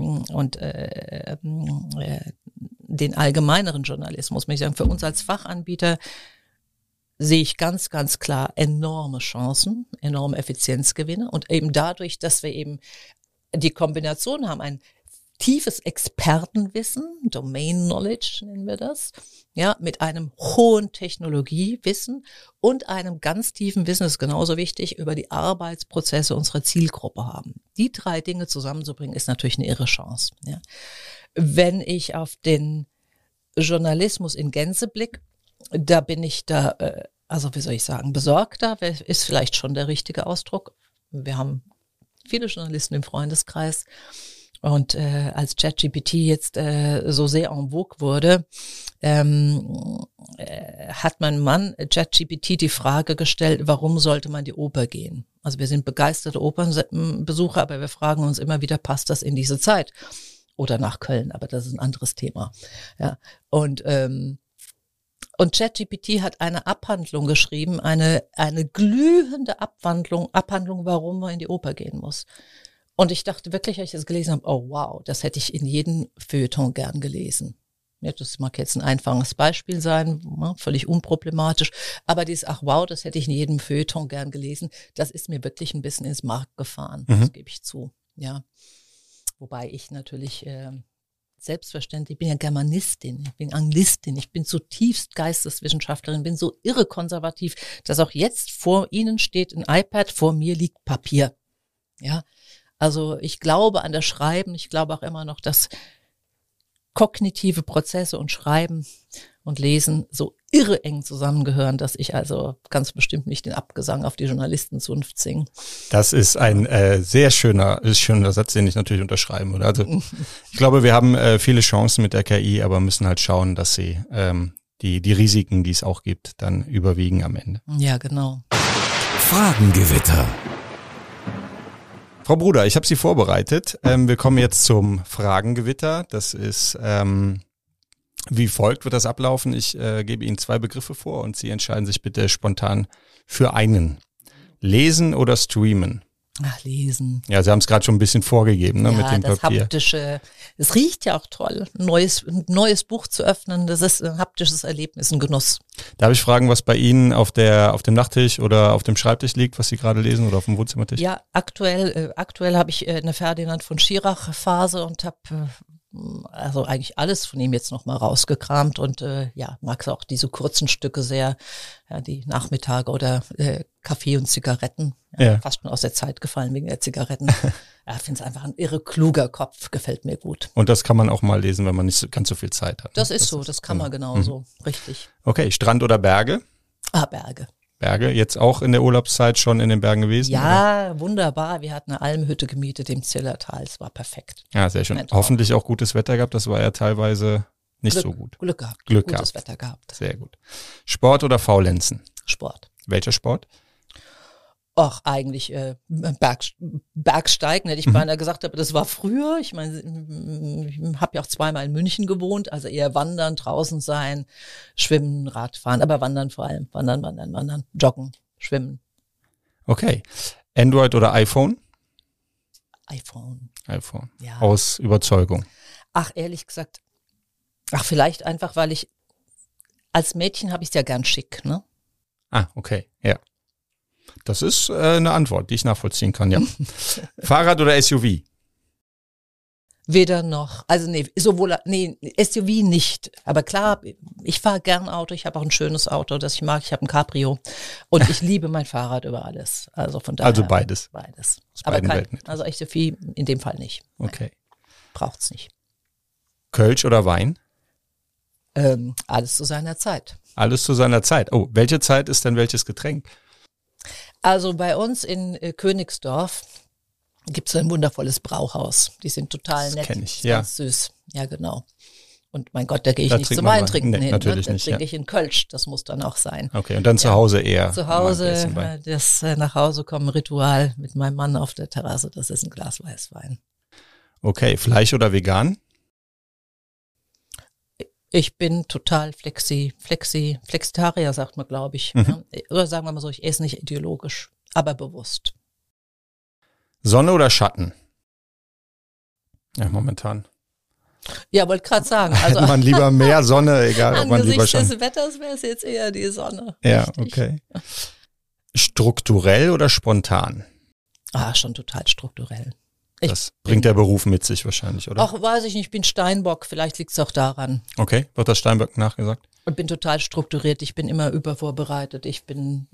den allgemeineren Journalismus, muss ich sagen, für uns als Fachanbieter sehe ich ganz, ganz klar enorme Chancen, enorme Effizienzgewinne und eben dadurch, dass wir eben die Kombination haben, ein tiefes Expertenwissen, Domain Knowledge nennen wir das, ja, mit einem hohen Technologiewissen und einem ganz tiefen Wissen, das ist genauso wichtig, über die Arbeitsprozesse unserer Zielgruppe haben. Die drei Dinge zusammenzubringen, ist natürlich eine irre Chance. Ja. Wenn ich auf den Journalismus in Gänze blicke, da bin ich also wie soll ich sagen, besorgter, ist vielleicht schon der richtige Ausdruck. Wir haben viele Journalisten im Freundeskreis. Und als ChatGPT jetzt so sehr en vogue wurde, hat mein Mann ChatGPT die Frage gestellt, warum sollte man die Oper gehen? Also wir sind begeisterte Opernbesucher, aber wir fragen uns immer wieder, passt das in diese Zeit? Oder nach Köln, aber das ist ein anderes Thema. Ja. Und ChatGPT hat eine Abhandlung geschrieben, eine glühende Abhandlung, warum man in die Oper gehen muss. Und ich dachte wirklich, als ich das gelesen habe, oh wow, das hätte ich in jedem Feuilleton gern gelesen. Ja, das mag jetzt ein einfaches Beispiel sein, völlig unproblematisch, aber dieses, ach wow, das hätte ich in jedem Feuilleton gern gelesen, das ist mir wirklich ein bisschen ins Mark gefahren, das gebe ich zu. Ja, wobei ich natürlich Selbstverständlich, ich bin ja Germanistin, ich bin Anglistin, ich bin zutiefst Geisteswissenschaftlerin, bin so irre konservativ, dass auch jetzt vor Ihnen steht ein iPad, vor mir liegt Papier. Ja, also ich glaube an das Schreiben, ich glaube auch immer noch, dass kognitive Prozesse und Schreiben und Lesen so irre eng zusammengehören, dass ich also ganz bestimmt nicht den Abgesang auf die Journalistenzunft singe. Das ist ein sehr schöner Satz, den ich natürlich unterschreiben würde. Also ich glaube, wir haben viele Chancen mit der KI, aber müssen halt schauen, dass sie die Risiken, die es auch gibt, dann überwiegen am Ende. Ja, genau. Fragengewitter. Frau Bruder, ich habe Sie vorbereitet. Wir kommen jetzt zum Fragengewitter. Das ist wie folgt, wird das ablaufen. Ich gebe Ihnen 2 Begriffe vor und Sie entscheiden sich bitte spontan für einen. Lesen oder streamen? Ach, lesen. Ja, Sie haben es gerade schon ein bisschen vorgegeben, ne, ja, mit dem das Papier. Haptische, es riecht ja auch toll, ein neues Buch zu öffnen, das ist ein haptisches Erlebnis, ein Genuss. Darf ich fragen, was bei Ihnen auf dem Nachttisch oder auf dem Schreibtisch liegt, was Sie gerade lesen oder auf dem Wohnzimmertisch? Ja, aktuell habe ich eine Ferdinand von Schirach Phase und habe also eigentlich alles von ihm jetzt nochmal rausgekramt und mag auch diese kurzen Stücke sehr, ja, die Nachmittage oder Kaffee und Zigaretten, fast schon aus der Zeit gefallen wegen der Zigaretten. Ich finde es einfach ein irre kluger Kopf, gefällt mir gut. Und das kann man auch mal lesen, wenn man nicht ganz so viel Zeit hat. Das ist so, das kann man genauso, richtig. Okay, Strand oder Berge? Berge. Berge, jetzt auch in der Urlaubszeit schon in den Bergen gewesen? Ja, oder? Wunderbar. Wir hatten eine Almhütte gemietet im Zillertal. Es war perfekt. Ja, sehr schön. Hoffentlich auch gutes Wetter gehabt. Das war ja teilweise nicht so gut. Glück gehabt. Gutes Wetter gehabt. Sehr gut. Sport oder Faulenzen? Sport. Welcher Sport? Ach, eigentlich Bergsteigen, hätte ich beinahe gesagt, aber das war früher. Ich meine, ich habe ja auch 2-mal in München gewohnt, also eher wandern, draußen sein, schwimmen, Radfahren, aber wandern vor allem. Wandern, joggen, schwimmen. Okay. Android oder iPhone? iPhone. Ja. Aus Überzeugung. Ach, ehrlich gesagt, vielleicht einfach, weil als Mädchen habe ich es ja gern schick, ne? Ah, okay, ja. Das ist eine Antwort, die ich nachvollziehen kann, ja. Fahrrad oder SUV? Weder noch. Also SUV nicht. Aber klar, ich fahre gern Auto. Ich habe auch ein schönes Auto, das ich mag. Ich habe ein Cabrio. Und ich liebe mein Fahrrad über alles. Also von daher. Also beides. Beides. Aber also SUV in dem Fall nicht. Okay. Braucht's nicht. Kölsch oder Wein? Alles zu seiner Zeit. Alles zu seiner Zeit. Oh, welche Zeit ist denn welches Getränk? Also bei uns in Königsdorf gibt es ein wundervolles Brauhaus. Die sind total nett. Das kenn ich, ganz süß. Ja, genau. Und mein Gott, da gehe ich nicht zum Weintrinken hin. Natürlich da nicht. trinke ich in Kölsch. Das muss dann auch sein. Okay, und dann zu Hause eher. Zu Hause, das nach Hause kommen Ritual mit meinem Mann auf der Terrasse. Das ist ein Glas Weißwein. Okay, Fleisch oder vegan? Ich bin total Flexitarier, sagt man, glaube ich. Mhm. Oder sagen wir mal so, ich esse nicht ideologisch, aber bewusst. Sonne oder Schatten? Ja, momentan. Ja, wollte gerade sagen. Also Hätte man lieber mehr Sonne, egal ob man lieber Schatten. Angesichts des Wetters wäre es jetzt eher die Sonne. Ja, richtig. Okay. Strukturell oder spontan? Schon total strukturell. Das bringt der Beruf mit sich wahrscheinlich, oder? Auch weiß ich nicht, ich bin Steinbock, vielleicht liegt es auch daran. Okay, wird das Steinbock nachgesagt? Ich bin total strukturiert, ich bin immer übervorbereitet, ich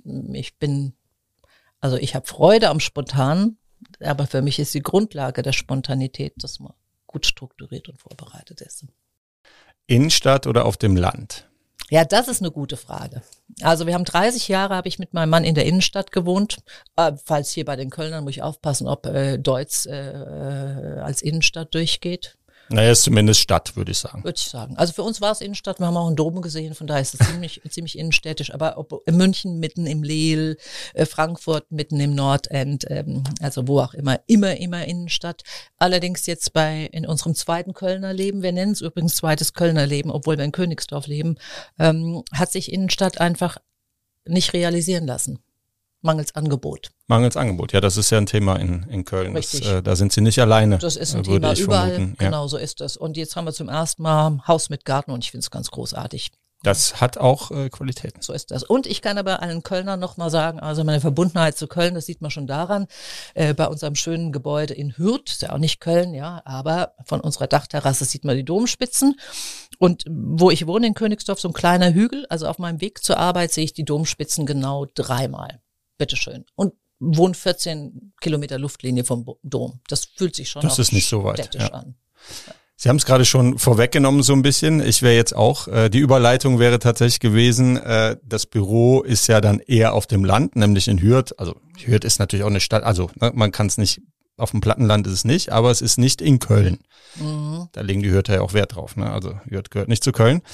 habe Freude am Spontanen, aber für mich ist die Grundlage der Spontanität, dass man gut strukturiert und vorbereitet ist. Innenstadt oder auf dem Land? Ja, das ist eine gute Frage. Also wir haben 30 Jahre, habe ich mit meinem Mann in der Innenstadt gewohnt. Falls hier bei den Kölnern muss ich aufpassen, ob Deutz als Innenstadt durchgeht. Naja, ist zumindest Stadt, würde ich sagen. Würde ich sagen. Also für uns war es Innenstadt, wir haben auch einen Dom gesehen, von daher ist es ziemlich innenstädtisch. Aber ob München mitten im Lehl, Frankfurt mitten im Nordend, also wo auch immer Innenstadt. Allerdings jetzt in unserem zweiten Kölner Leben, wir nennen es übrigens zweites Kölner Leben, obwohl wir in Königsdorf leben, hat sich Innenstadt einfach nicht realisieren lassen. Mangels Angebot. Ja, das ist ja ein Thema in Köln. Richtig. Da sind Sie nicht alleine. Das ist ein Thema überall, vermuten. Genau so ist das. Und jetzt haben wir zum ersten Mal ein Haus mit Garten und ich finde es ganz großartig. Das hat auch Qualitäten. So ist das. Und ich kann aber allen Kölnern noch mal sagen, also meine Verbundenheit zu Köln, das sieht man schon daran, bei unserem schönen Gebäude in Hürth, ist ja auch nicht Köln, ja, aber von unserer Dachterrasse sieht man die Domspitzen. Und wo ich wohne in Königsdorf, so ein kleiner Hügel, also auf meinem Weg zur Arbeit sehe ich die Domspitzen genau 3-mal. Bitteschön. Und wohne 14 Kilometer Luftlinie vom Dom. Das fühlt sich schon das ist nicht so weit, städtisch an. Ja. Sie haben es gerade schon vorweggenommen so ein bisschen. Ich wäre jetzt auch, die Überleitung wäre tatsächlich gewesen, das Büro ist ja dann eher auf dem Land, nämlich in Hürth. Also Hürth ist natürlich auch eine Stadt, also man kann es nicht, auf dem Plattenland ist es nicht, aber es ist nicht in Köln. Mhm. Da legen die Hürther ja auch Wert drauf. Ne? Also Hürth gehört nicht zu Köln.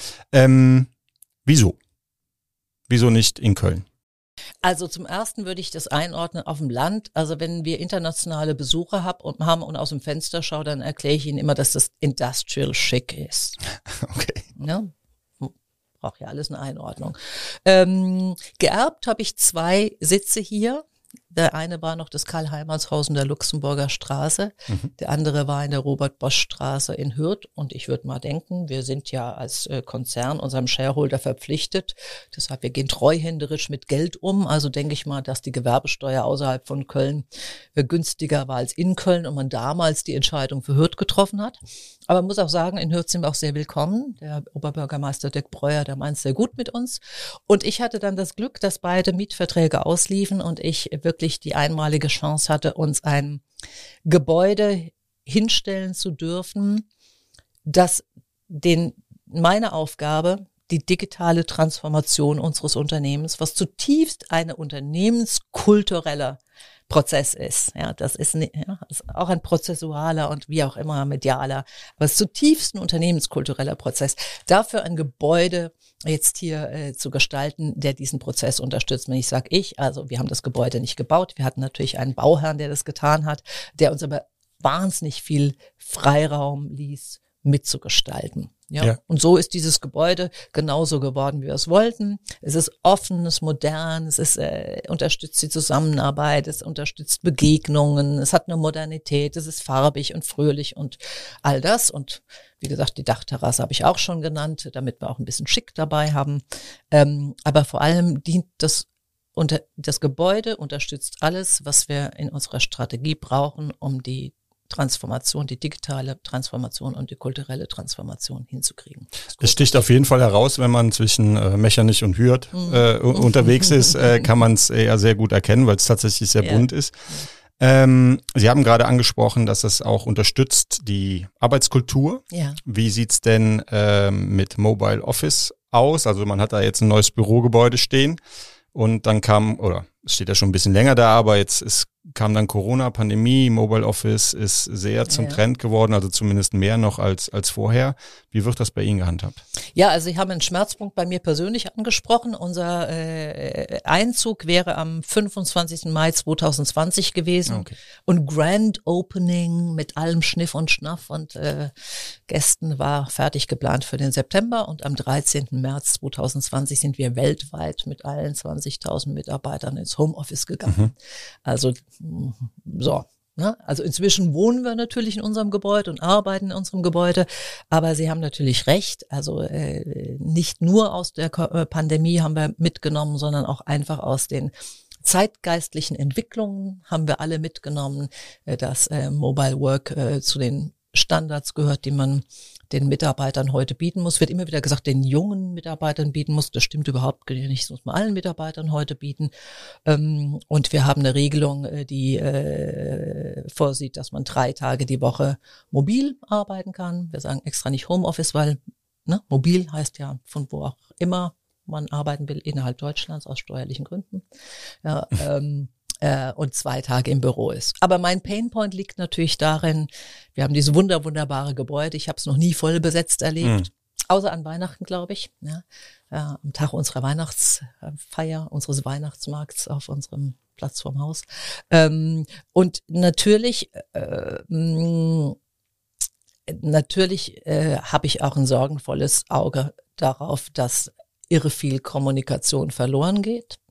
Wieso? Wieso nicht in Köln? Also zum Ersten würde ich das einordnen auf dem Land. Also wenn wir internationale Besucher haben und aus dem Fenster schauen, dann erkläre ich ihnen immer, dass das industrial chic ist. Okay. Ja, braucht ja alles eine Einordnung. Geerbt habe ich 2 Sitze hier. Der eine war noch das Karl-Heimanns-Haus in der Luxemburger Straße. Der andere war in der Robert-Bosch-Straße in Hürth. Und ich würde mal denken, wir sind ja als Konzern unserem Shareholder verpflichtet. Deshalb, wir gehen treuhänderisch mit Geld um. Also denke ich mal, dass die Gewerbesteuer außerhalb von Köln günstiger war als in Köln und man damals die Entscheidung für Hürth getroffen hat. Aber man muss auch sagen, in Hürth sind wir auch sehr willkommen. Der Oberbürgermeister Dirk Breuer, der meint es sehr gut mit uns. Und ich hatte dann das Glück, dass beide Mietverträge ausliefen und ich wirklich die einmalige Chance hatte, uns ein Gebäude hinstellen zu dürfen, das meine Aufgabe, die digitale Transformation unseres Unternehmens, was zutiefst eine unternehmenskulturelle Prozess ist. Ja, das ist auch ein prozessualer und wie auch immer medialer, aber es ist zutiefst ein unternehmenskultureller Prozess. Dafür ein Gebäude jetzt hier zu gestalten, der diesen Prozess unterstützt. Wenn ich sage also wir haben das Gebäude nicht gebaut. Wir hatten natürlich einen Bauherrn, der das getan hat, der uns aber wahnsinnig viel Freiraum ließ, mitzugestalten. Ja. Und so ist dieses Gebäude genauso geworden, wie wir es wollten. Es ist offen, es ist modern, es ist, unterstützt die Zusammenarbeit, es unterstützt Begegnungen, es hat eine Modernität, es ist farbig und fröhlich und all das. Und wie gesagt, die Dachterrasse habe ich auch schon genannt, damit wir auch ein bisschen schick dabei haben. Aber vor allem dient das Gebäude unterstützt alles, was wir in unserer Strategie brauchen, um die Transformation, die digitale Transformation und die kulturelle Transformation hinzukriegen. Es sticht auf jeden Fall heraus, wenn man zwischen Mechernich und Hürth unterwegs ist, kann man es eher sehr gut erkennen, weil es tatsächlich sehr bunt ist. Sie haben gerade angesprochen, dass es auch unterstützt die Arbeitskultur. Ja. Wie sieht's denn mit Mobile Office aus? Also man hat da jetzt ein neues Bürogebäude stehen und dann es steht ja schon ein bisschen länger da, aber kam dann Corona, Pandemie, Mobile Office ist sehr zum Trend geworden, also zumindest mehr noch als vorher. Wie wird das bei Ihnen gehandhabt? Ja, also ich habe einen Schmerzpunkt bei mir persönlich angesprochen. Unser Einzug wäre am 25. Mai 2020 gewesen. Okay. Und Grand Opening mit allem Schniff und Schnaff und Gästen war fertig geplant für den September. Und am 13. März 2020 sind wir weltweit mit allen 20.000 Mitarbeitern ins Homeoffice gegangen. Also so. Ne? Also inzwischen wohnen wir natürlich in unserem Gebäude und arbeiten in unserem Gebäude, aber Sie haben natürlich recht, also nicht nur aus der Pandemie haben wir mitgenommen, sondern auch einfach aus den zeitgeistlichen Entwicklungen haben wir alle mitgenommen, dass Mobile Work zu den Standards gehört, die man den Mitarbeitern heute bieten muss. Wird immer wieder gesagt, den jungen Mitarbeitern bieten muss. Das stimmt überhaupt nicht. Das muss man allen Mitarbeitern heute bieten. Und wir haben eine Regelung, die vorsieht, dass man 3 Tage die Woche mobil arbeiten kann. Wir sagen extra nicht Homeoffice, weil mobil heißt ja von wo auch immer man arbeiten will, innerhalb Deutschlands aus steuerlichen Gründen. Ja, und 2 Tage im Büro ist. Aber mein Painpoint liegt natürlich darin, wir haben dieses wunderbare Gebäude, ich habe es noch nie voll besetzt erlebt, außer an Weihnachten, glaube ich, am Tag unserer Weihnachtsfeier, unseres Weihnachtsmarkts auf unserem Platz vorm Haus. Und natürlich habe ich auch ein sorgenvolles Auge darauf, dass irre viel Kommunikation verloren geht.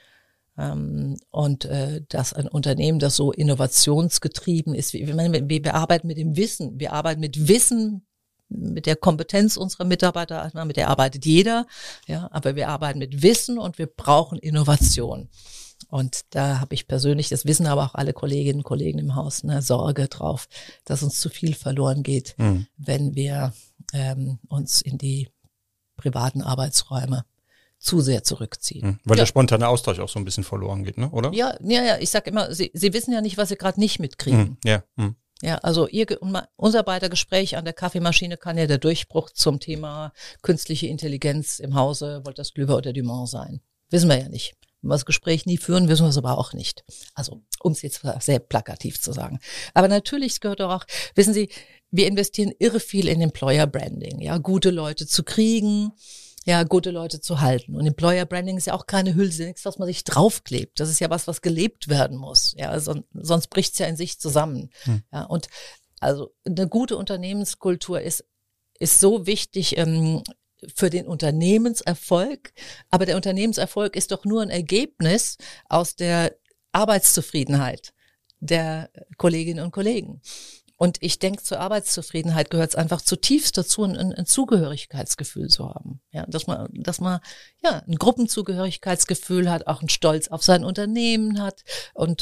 Und dass ein Unternehmen, das so innovationsgetrieben ist, wir arbeiten mit dem Wissen, wir arbeiten mit Wissen der Kompetenz unserer Mitarbeiter, mit der arbeitet jeder, ja, aber wir arbeiten mit Wissen und wir brauchen Innovation. Und da habe ich persönlich, das wissen aber auch alle Kolleginnen und Kollegen im Haus, eine Sorge drauf, dass uns zu viel verloren geht, wenn wir uns in die privaten Arbeitsräume zu sehr zurückziehen. Weil der spontane Austausch auch so ein bisschen verloren geht, ne? Oder? Ja, ich sag immer, Sie wissen ja nicht, was Sie gerade nicht mitkriegen. Ja, also unser beider Gespräch an der Kaffeemaschine kann ja der Durchbruch zum Thema künstliche Intelligenz im Hause Wolters-Kluwer oder Dumont sein. Wissen wir ja nicht. Wenn wir das Gespräch nie führen, wissen wir es aber auch nicht. Also, um es jetzt sehr plakativ zu sagen. Aber natürlich gehört auch, wissen Sie, wir investieren irre viel in Employer Branding, ja, gute Leute zu kriegen, ja, gute Leute zu halten. Und Employer Branding ist ja auch keine Hülse, nichts, was man sich draufklebt. Das ist ja was gelebt werden muss. Ja, sonst bricht es ja in sich zusammen. Ja, und also eine gute Unternehmenskultur ist so wichtig für den Unternehmenserfolg. Aber der Unternehmenserfolg ist doch nur ein Ergebnis aus der Arbeitszufriedenheit der Kolleginnen und Kollegen. Und ich denke, zur Arbeitszufriedenheit gehört es einfach zutiefst dazu, ein Zugehörigkeitsgefühl zu haben. Ja, dass man ja ein Gruppenzugehörigkeitsgefühl hat, auch einen Stolz auf sein Unternehmen hat. Und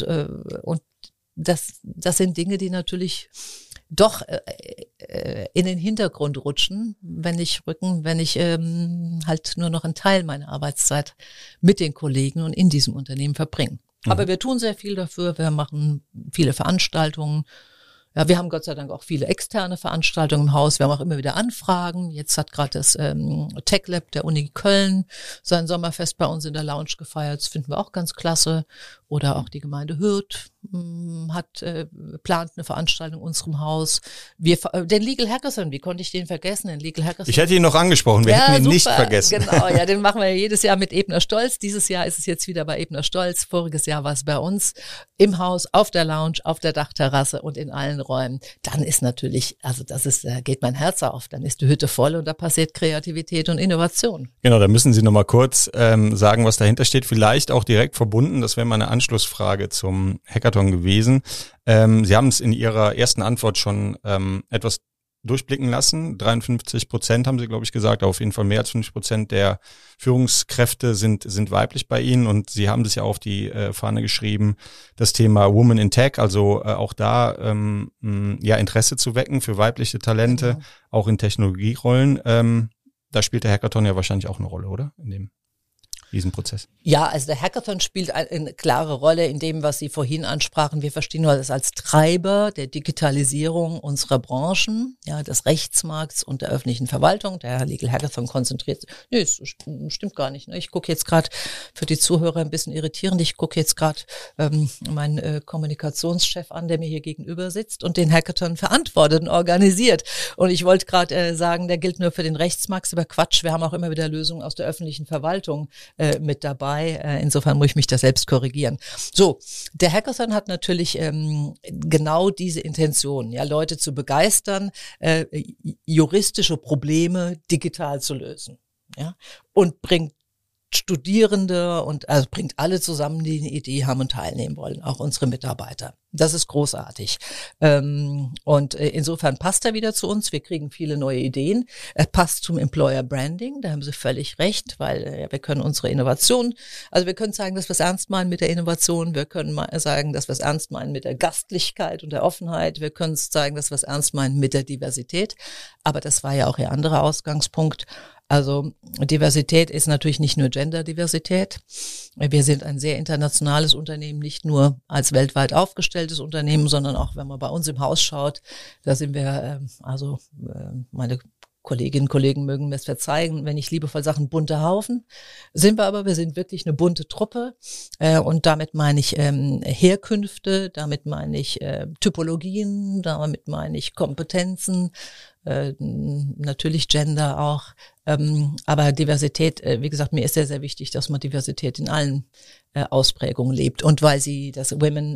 das sind Dinge, die natürlich doch in den Hintergrund rutschen, wenn ich halt nur noch einen Teil meiner Arbeitszeit mit den Kollegen und in diesem Unternehmen verbringe. Aber wir tun sehr viel dafür. Wir machen viele Veranstaltungen. Ja, wir haben Gott sei Dank auch viele externe Veranstaltungen im Haus. Wir haben auch immer wieder Anfragen. Jetzt hat gerade das Tech Lab der Uni Köln sein Sommerfest bei uns in der Lounge gefeiert. Das finden wir auch ganz klasse. Oder auch die Gemeinde Hürth plant eine Veranstaltung in unserem Haus. Den Legal Hackathon, wie konnte ich den vergessen? Den Legal Hackathon. Ich hätte ihn noch angesprochen, wir hätten ihn super, nicht vergessen. Genau, ja, den machen wir jedes Jahr mit Ebner Stolz. Dieses Jahr ist es jetzt wieder bei Ebner Stolz. Voriges Jahr war es bei uns im Haus, auf der Lounge, auf der Dachterrasse und in allen Räumen. Dann ist natürlich, also geht mein Herz auf. Dann ist die Hütte voll und da passiert Kreativität und Innovation. Genau, da müssen Sie nochmal kurz sagen, was dahinter steht. Vielleicht auch direkt verbunden, das wäre meine Anschlussfrage zum Hackathon gewesen. Sie haben es in Ihrer ersten Antwort schon etwas durchblicken lassen. 53% haben Sie, glaube ich, gesagt. Auf jeden Fall mehr als 50% der Führungskräfte sind weiblich bei Ihnen. Und Sie haben das ja auf die Fahne geschrieben, das Thema Women in Tech, also auch da Interesse zu wecken für weibliche Talente, auch in Technologierollen. Da spielt der Hackathon ja wahrscheinlich auch eine Rolle, oder? In dem Riesenprozess. Ja, also der Hackathon spielt eine klare Rolle in dem, was Sie vorhin ansprachen. Wir verstehen das als Treiber der Digitalisierung unserer Branchen, ja, des Rechtsmarkts und der öffentlichen Verwaltung. Der Legal Hackathon konzentriert. Nee, das stimmt gar nicht. Ne? Ich gucke jetzt gerade, für die Zuhörer ein bisschen irritierend, ich gucke jetzt gerade meinen Kommunikationschef an, der mir hier gegenüber sitzt und den Hackathon verantwortet und organisiert. Und ich wollte gerade sagen, der gilt nur für den Rechtsmarkt, aber Quatsch, wir haben auch immer wieder Lösungen aus der öffentlichen Verwaltung mit dabei. Insofern muss ich mich da selbst korrigieren. So, der Hackathon hat natürlich genau diese Intention, ja, Leute zu begeistern, juristische Probleme digital zu lösen, ja, und bringt Studierende und also bringt alle zusammen, die eine Idee haben und teilnehmen wollen, auch unsere Mitarbeiter. Das ist großartig. Und insofern passt er wieder zu uns. Wir kriegen viele neue Ideen. Er passt zum Employer Branding, da haben Sie völlig recht, weil wir können unsere Innovation, also wir können sagen, dass wir es ernst meinen mit der Innovation. Wir können mal sagen, dass wir es ernst meinen mit der Gastlichkeit und der Offenheit. Wir können sagen, dass wir es ernst meinen mit der Diversität. Aber das war ja auch Ihr anderer Ausgangspunkt. Also Diversität ist natürlich nicht nur Genderdiversität. Wir sind ein sehr internationales Unternehmen, nicht nur als weltweit aufgestelltes Unternehmen, sondern auch, wenn man bei uns im Haus schaut, da sind wir, meine Kolleginnen und Kollegen mögen mir es verzeihen, wenn ich liebevoll sage, ein bunter Haufen. Sind wir aber, wir sind wirklich eine bunte Truppe und damit meine ich Herkünfte, damit meine ich Typologien, damit meine ich Kompetenzen, natürlich Gender auch, aber Diversität, wie gesagt, mir ist sehr, sehr wichtig, dass man Diversität in allen Ausprägungen lebt. Und weil Sie das Women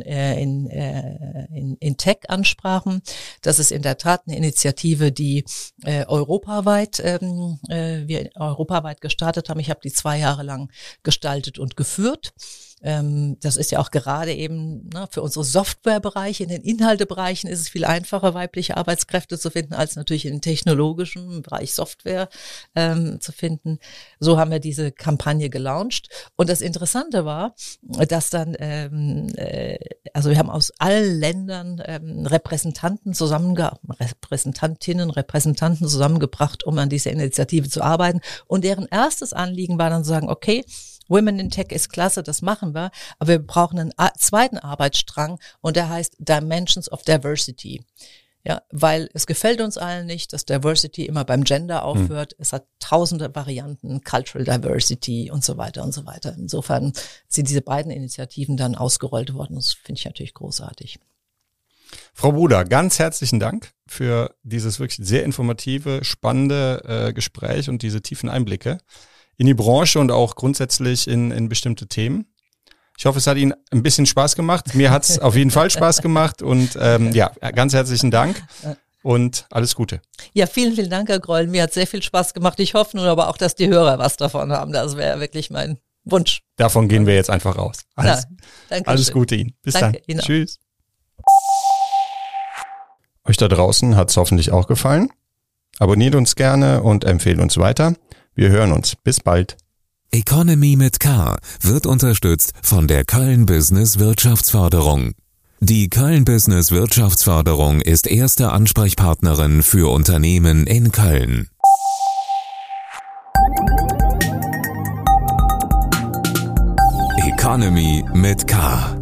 in Tech ansprachen, das ist in der Tat eine Initiative, die wir europaweit gestartet haben. Ich habe die 2 Jahre lang gestaltet und geführt. Das ist ja auch gerade eben für unsere Softwarebereiche, in den Inhaltebereichen ist es viel einfacher, weibliche Arbeitskräfte zu finden, als natürlich in den technologischen Bereich Software zu finden. So haben wir diese Kampagne gelauncht. Und das Interessante war, dass dann, also wir haben aus allen Ländern Repräsentanten zusammengebracht, um an dieser Initiative zu arbeiten. Und deren erstes Anliegen war dann zu sagen, okay, Women in Tech ist klasse, das machen wir, aber wir brauchen einen zweiten Arbeitsstrang und der heißt Dimensions of Diversity. Ja, weil es gefällt uns allen nicht, dass Diversity immer beim Gender aufhört. Es hat tausende Varianten, Cultural Diversity und so weiter und so weiter. Insofern sind diese beiden Initiativen dann ausgerollt worden. Das finde ich natürlich großartig. Frau Bruder, ganz herzlichen Dank für dieses wirklich sehr informative, spannende Gespräch und diese tiefen Einblicke in die Branche und auch grundsätzlich in bestimmte Themen. Ich hoffe, es hat Ihnen ein bisschen Spaß gemacht. Mir hat es auf jeden Fall Spaß gemacht und ganz herzlichen Dank und alles Gute. Ja, vielen, vielen Dank, Herr Groll. Mir hat sehr viel Spaß gemacht. Ich hoffe nun aber auch, dass die Hörer was davon haben. Das wäre wirklich mein Wunsch. Davon gehen wir jetzt einfach raus. Alles Gute Ihnen. Bis dann. Ihnen Tschüss. Euch da draußen hat es hoffentlich auch gefallen. Abonniert uns gerne und empfehlt uns weiter. Wir hören uns. Bis bald. Economy mit K wird unterstützt von der Köln Business Wirtschaftsförderung. Die Köln Business Wirtschaftsförderung ist erste Ansprechpartnerin für Unternehmen in Köln. Economy mit K.